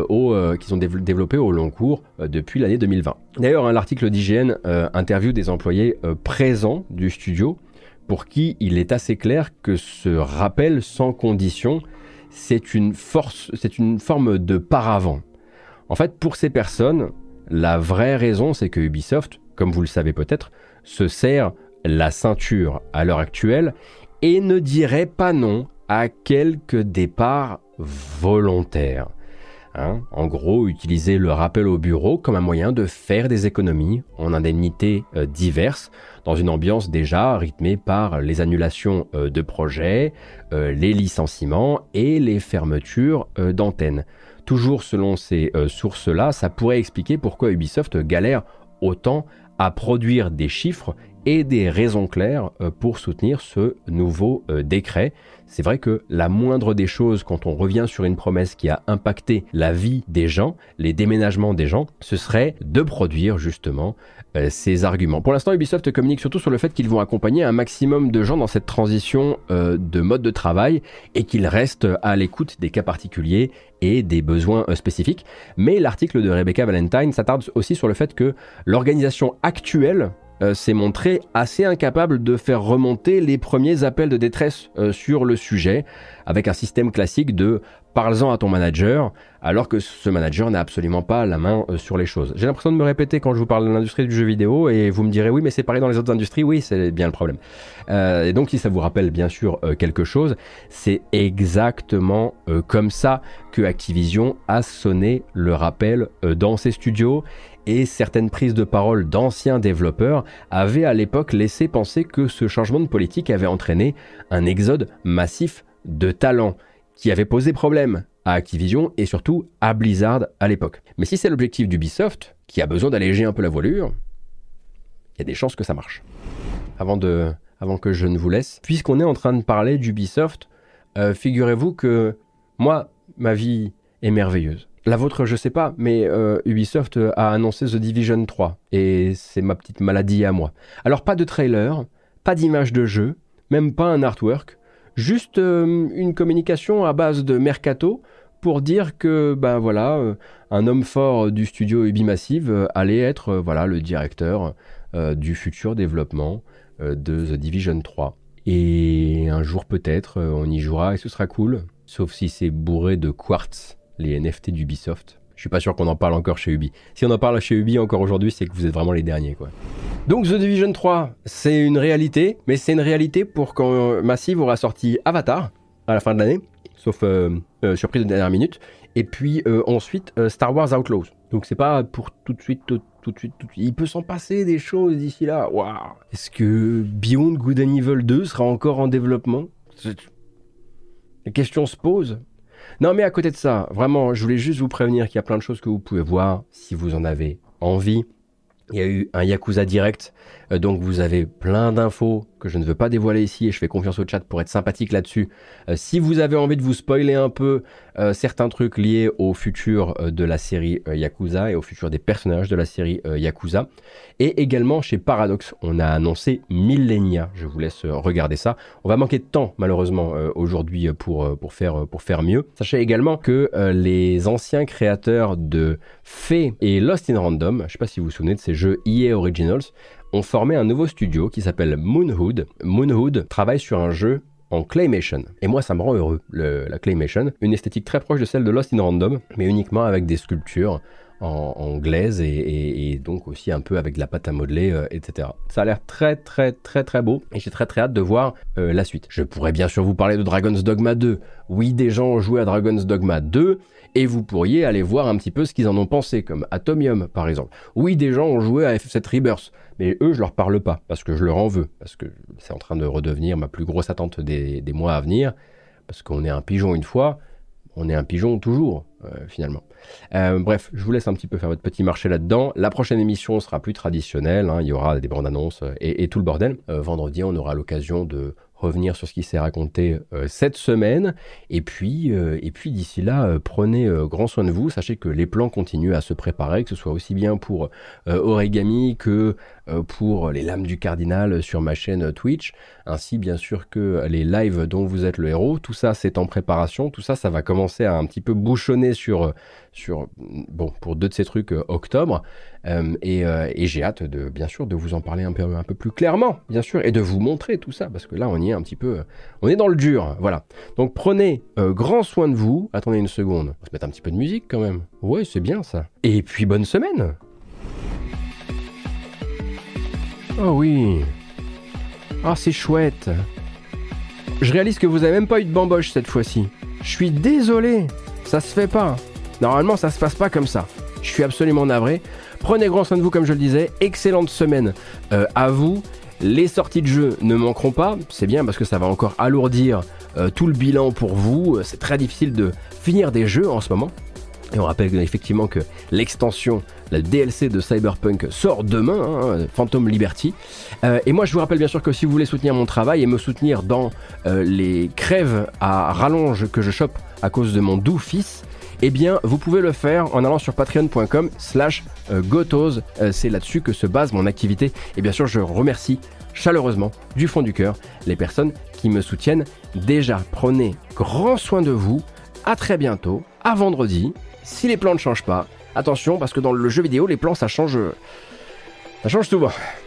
au long cours depuis l'année 2020. D'ailleurs, l'article d'IGN interviewe des employés présents du studio, pour qui il est assez clair que ce rappel sans condition c'est une forme de paravent. En fait, pour ces personnes, la vraie raison, c'est que Ubisoft, comme vous le savez peut-être, se serre la ceinture à l'heure actuelle et ne dirait pas non à quelques départs volontaires. En gros, utiliser le rappel au bureau comme un moyen de faire des économies en indemnités diverses, dans une ambiance déjà rythmée par les annulations de projets, les licenciements et les fermetures d'antennes. Toujours selon ces sources-là, ça pourrait expliquer pourquoi Ubisoft galère autant à produire des chiffres et des raisons claires pour soutenir ce nouveau décret. C'est vrai que la moindre des choses, quand on revient sur une promesse qui a impacté la vie des gens, les déménagements des gens, ce serait de produire justement ces arguments. Pour l'instant, Ubisoft communique surtout sur le fait qu'ils vont accompagner un maximum de gens dans cette transition de mode de travail et qu'ils restent à l'écoute des cas particuliers et des besoins spécifiques. Mais l'article de Rebecca Valentine s'attarde aussi sur le fait que l'organisation actuelle s'est montré assez incapable de faire remonter les premiers appels de détresse sur le sujet, avec un système classique de « parle-en à ton manager », alors que ce manager n'a absolument pas la main sur les choses. J'ai l'impression de me répéter quand je vous parle de l'industrie du jeu vidéo, et vous me direz « oui, mais c'est pareil dans les autres industries ». Oui, c'est bien le problème. Et donc, si ça vous rappelle bien sûr quelque chose, c'est exactement comme ça que Activision a sonné le rappel dans ses studios. Et certaines prises de parole d'anciens développeurs avaient à l'époque laissé penser que ce changement de politique avait entraîné un exode massif de talents qui avait posé problème à Activision et surtout à Blizzard à l'époque. Mais si c'est l'objectif d'Ubisoft, qui a besoin d'alléger un peu la voilure, il y a des chances que ça marche. Avant que je ne vous laisse, puisqu'on est en train de parler d'Ubisoft, figurez-vous que moi, ma vie est merveilleuse. La vôtre, je sais pas, mais Ubisoft a annoncé The Division 3, et c'est ma petite maladie à moi. Alors pas de trailer, pas d'image de jeu, même pas un artwork, juste une communication à base de mercato pour dire que, ben voilà, un homme fort du studio Ubimassive allait être le directeur du futur développement de The Division 3. Et un jour peut-être, on y jouera et ce sera cool, sauf si c'est bourré de quartz. Les NFT d'Ubisoft. Je suis pas sûr qu'on en parle encore chez Ubi. Si on en parle chez Ubi encore aujourd'hui, c'est que vous êtes vraiment les derniers, quoi. Donc The Division 3, c'est une réalité, mais c'est une réalité pour quand Massive aura sorti Avatar à la fin de l'année, sauf surprise de dernière minute, et puis ensuite Star Wars Outlaws. Donc c'est pas pour tout de suite. Il peut s'en passer des choses d'ici là. Waouh. Est-ce que Beyond Good and Evil 2 sera encore en développement ? La question se pose. Non mais à côté de ça, vraiment, je voulais juste vous prévenir qu'il y a plein de choses que vous pouvez voir si vous en avez envie. Il y a eu un Yakuza Direct, donc vous avez plein d'infos que je ne veux pas dévoiler ici et je fais confiance au chat pour être sympathique là-dessus. Si vous avez envie de vous spoiler un peu certains trucs liés au futur de la série Yakuza et au futur des personnages de la série Yakuza. Et également chez Paradox, on a annoncé Millennia. Je vous laisse regarder ça. On va manquer de temps malheureusement aujourd'hui pour faire mieux. Sachez également que les anciens créateurs de Fate et Lost in Random, je ne sais pas si vous vous souvenez de ces jeux EA Originals, ont formé un nouveau studio qui s'appelle Moonhood. Moonhood travaille sur un jeu en claymation. Et moi, ça me rend heureux, la claymation. Une esthétique très proche de celle de Lost in Random, mais uniquement avec des sculptures en glaise et donc aussi un peu avec de la pâte à modeler, etc. Ça a l'air très très très très beau et j'ai très très hâte de voir la suite. Je pourrais bien sûr vous parler de Dragon's Dogma 2. Oui, des gens ont joué à Dragon's Dogma 2 et vous pourriez aller voir un petit peu ce qu'ils en ont pensé, comme Atomium par exemple. Oui, des gens ont joué à FF7 Rebirth, mais eux je leur parle pas parce que je leur en veux, parce que c'est en train de redevenir ma plus grosse attente des mois à venir, parce qu'on est un pigeon une fois, on est un pigeon toujours finalement. Bref, je vous laisse un petit peu faire votre petit marché là-dedans. La prochaine émission sera plus traditionnelle, hein, il y aura des bandes annonces et tout le bordel. Vendredi, on aura l'occasion de revenir sur ce qui s'est raconté cette semaine. Et puis d'ici là, prenez grand soin de vous. Sachez que les plans continuent à se préparer, que ce soit aussi bien pour Origami que pour les Lames du Cardinal sur ma chaîne Twitch, ainsi bien sûr que les lives dont vous êtes le héros. Tout ça, c'est en préparation. Tout ça, ça va commencer à un petit peu bouchonner pour deux de ces trucs octobre. Et j'ai hâte bien sûr de vous en parler un peu plus clairement, bien sûr, et de vous montrer tout ça, parce que là on y est un petit peu, on est dans le dur, voilà. Donc prenez grand soin de vous. Attendez une seconde, on va se mettre un petit peu de musique quand même. Ouais, c'est bien ça. Et puis bonne semaine. Oh oui. Ah, c'est chouette. Je réalise que vous avez même pas eu de bamboche cette fois-ci. Je suis désolé, ça se fait pas. Normalement ça se passe pas comme ça. Je suis absolument navré. Prenez grand soin de vous comme je le disais. Excellente semaine à vous. Les sorties de jeux ne manqueront pas. C'est bien parce que ça va encore alourdir tout le bilan pour vous. C'est très difficile de finir des jeux en ce moment. Et on rappelle effectivement que l'extension, la DLC de Cyberpunk sort demain, hein, Phantom Liberty. Et moi je vous rappelle bien sûr que si vous voulez soutenir mon travail et me soutenir dans les crèves à rallonge que je chope à cause de mon doux fils, eh bien vous pouvez le faire en allant sur patreon.com/gotos. C'est là-dessus que se base mon activité. Et bien sûr je remercie chaleureusement du fond du cœur les personnes qui me soutiennent déjà. Prenez grand soin de vous, à très bientôt, à vendredi. Si les plans ne changent pas, attention parce que dans le jeu vidéo les plans ça change souvent.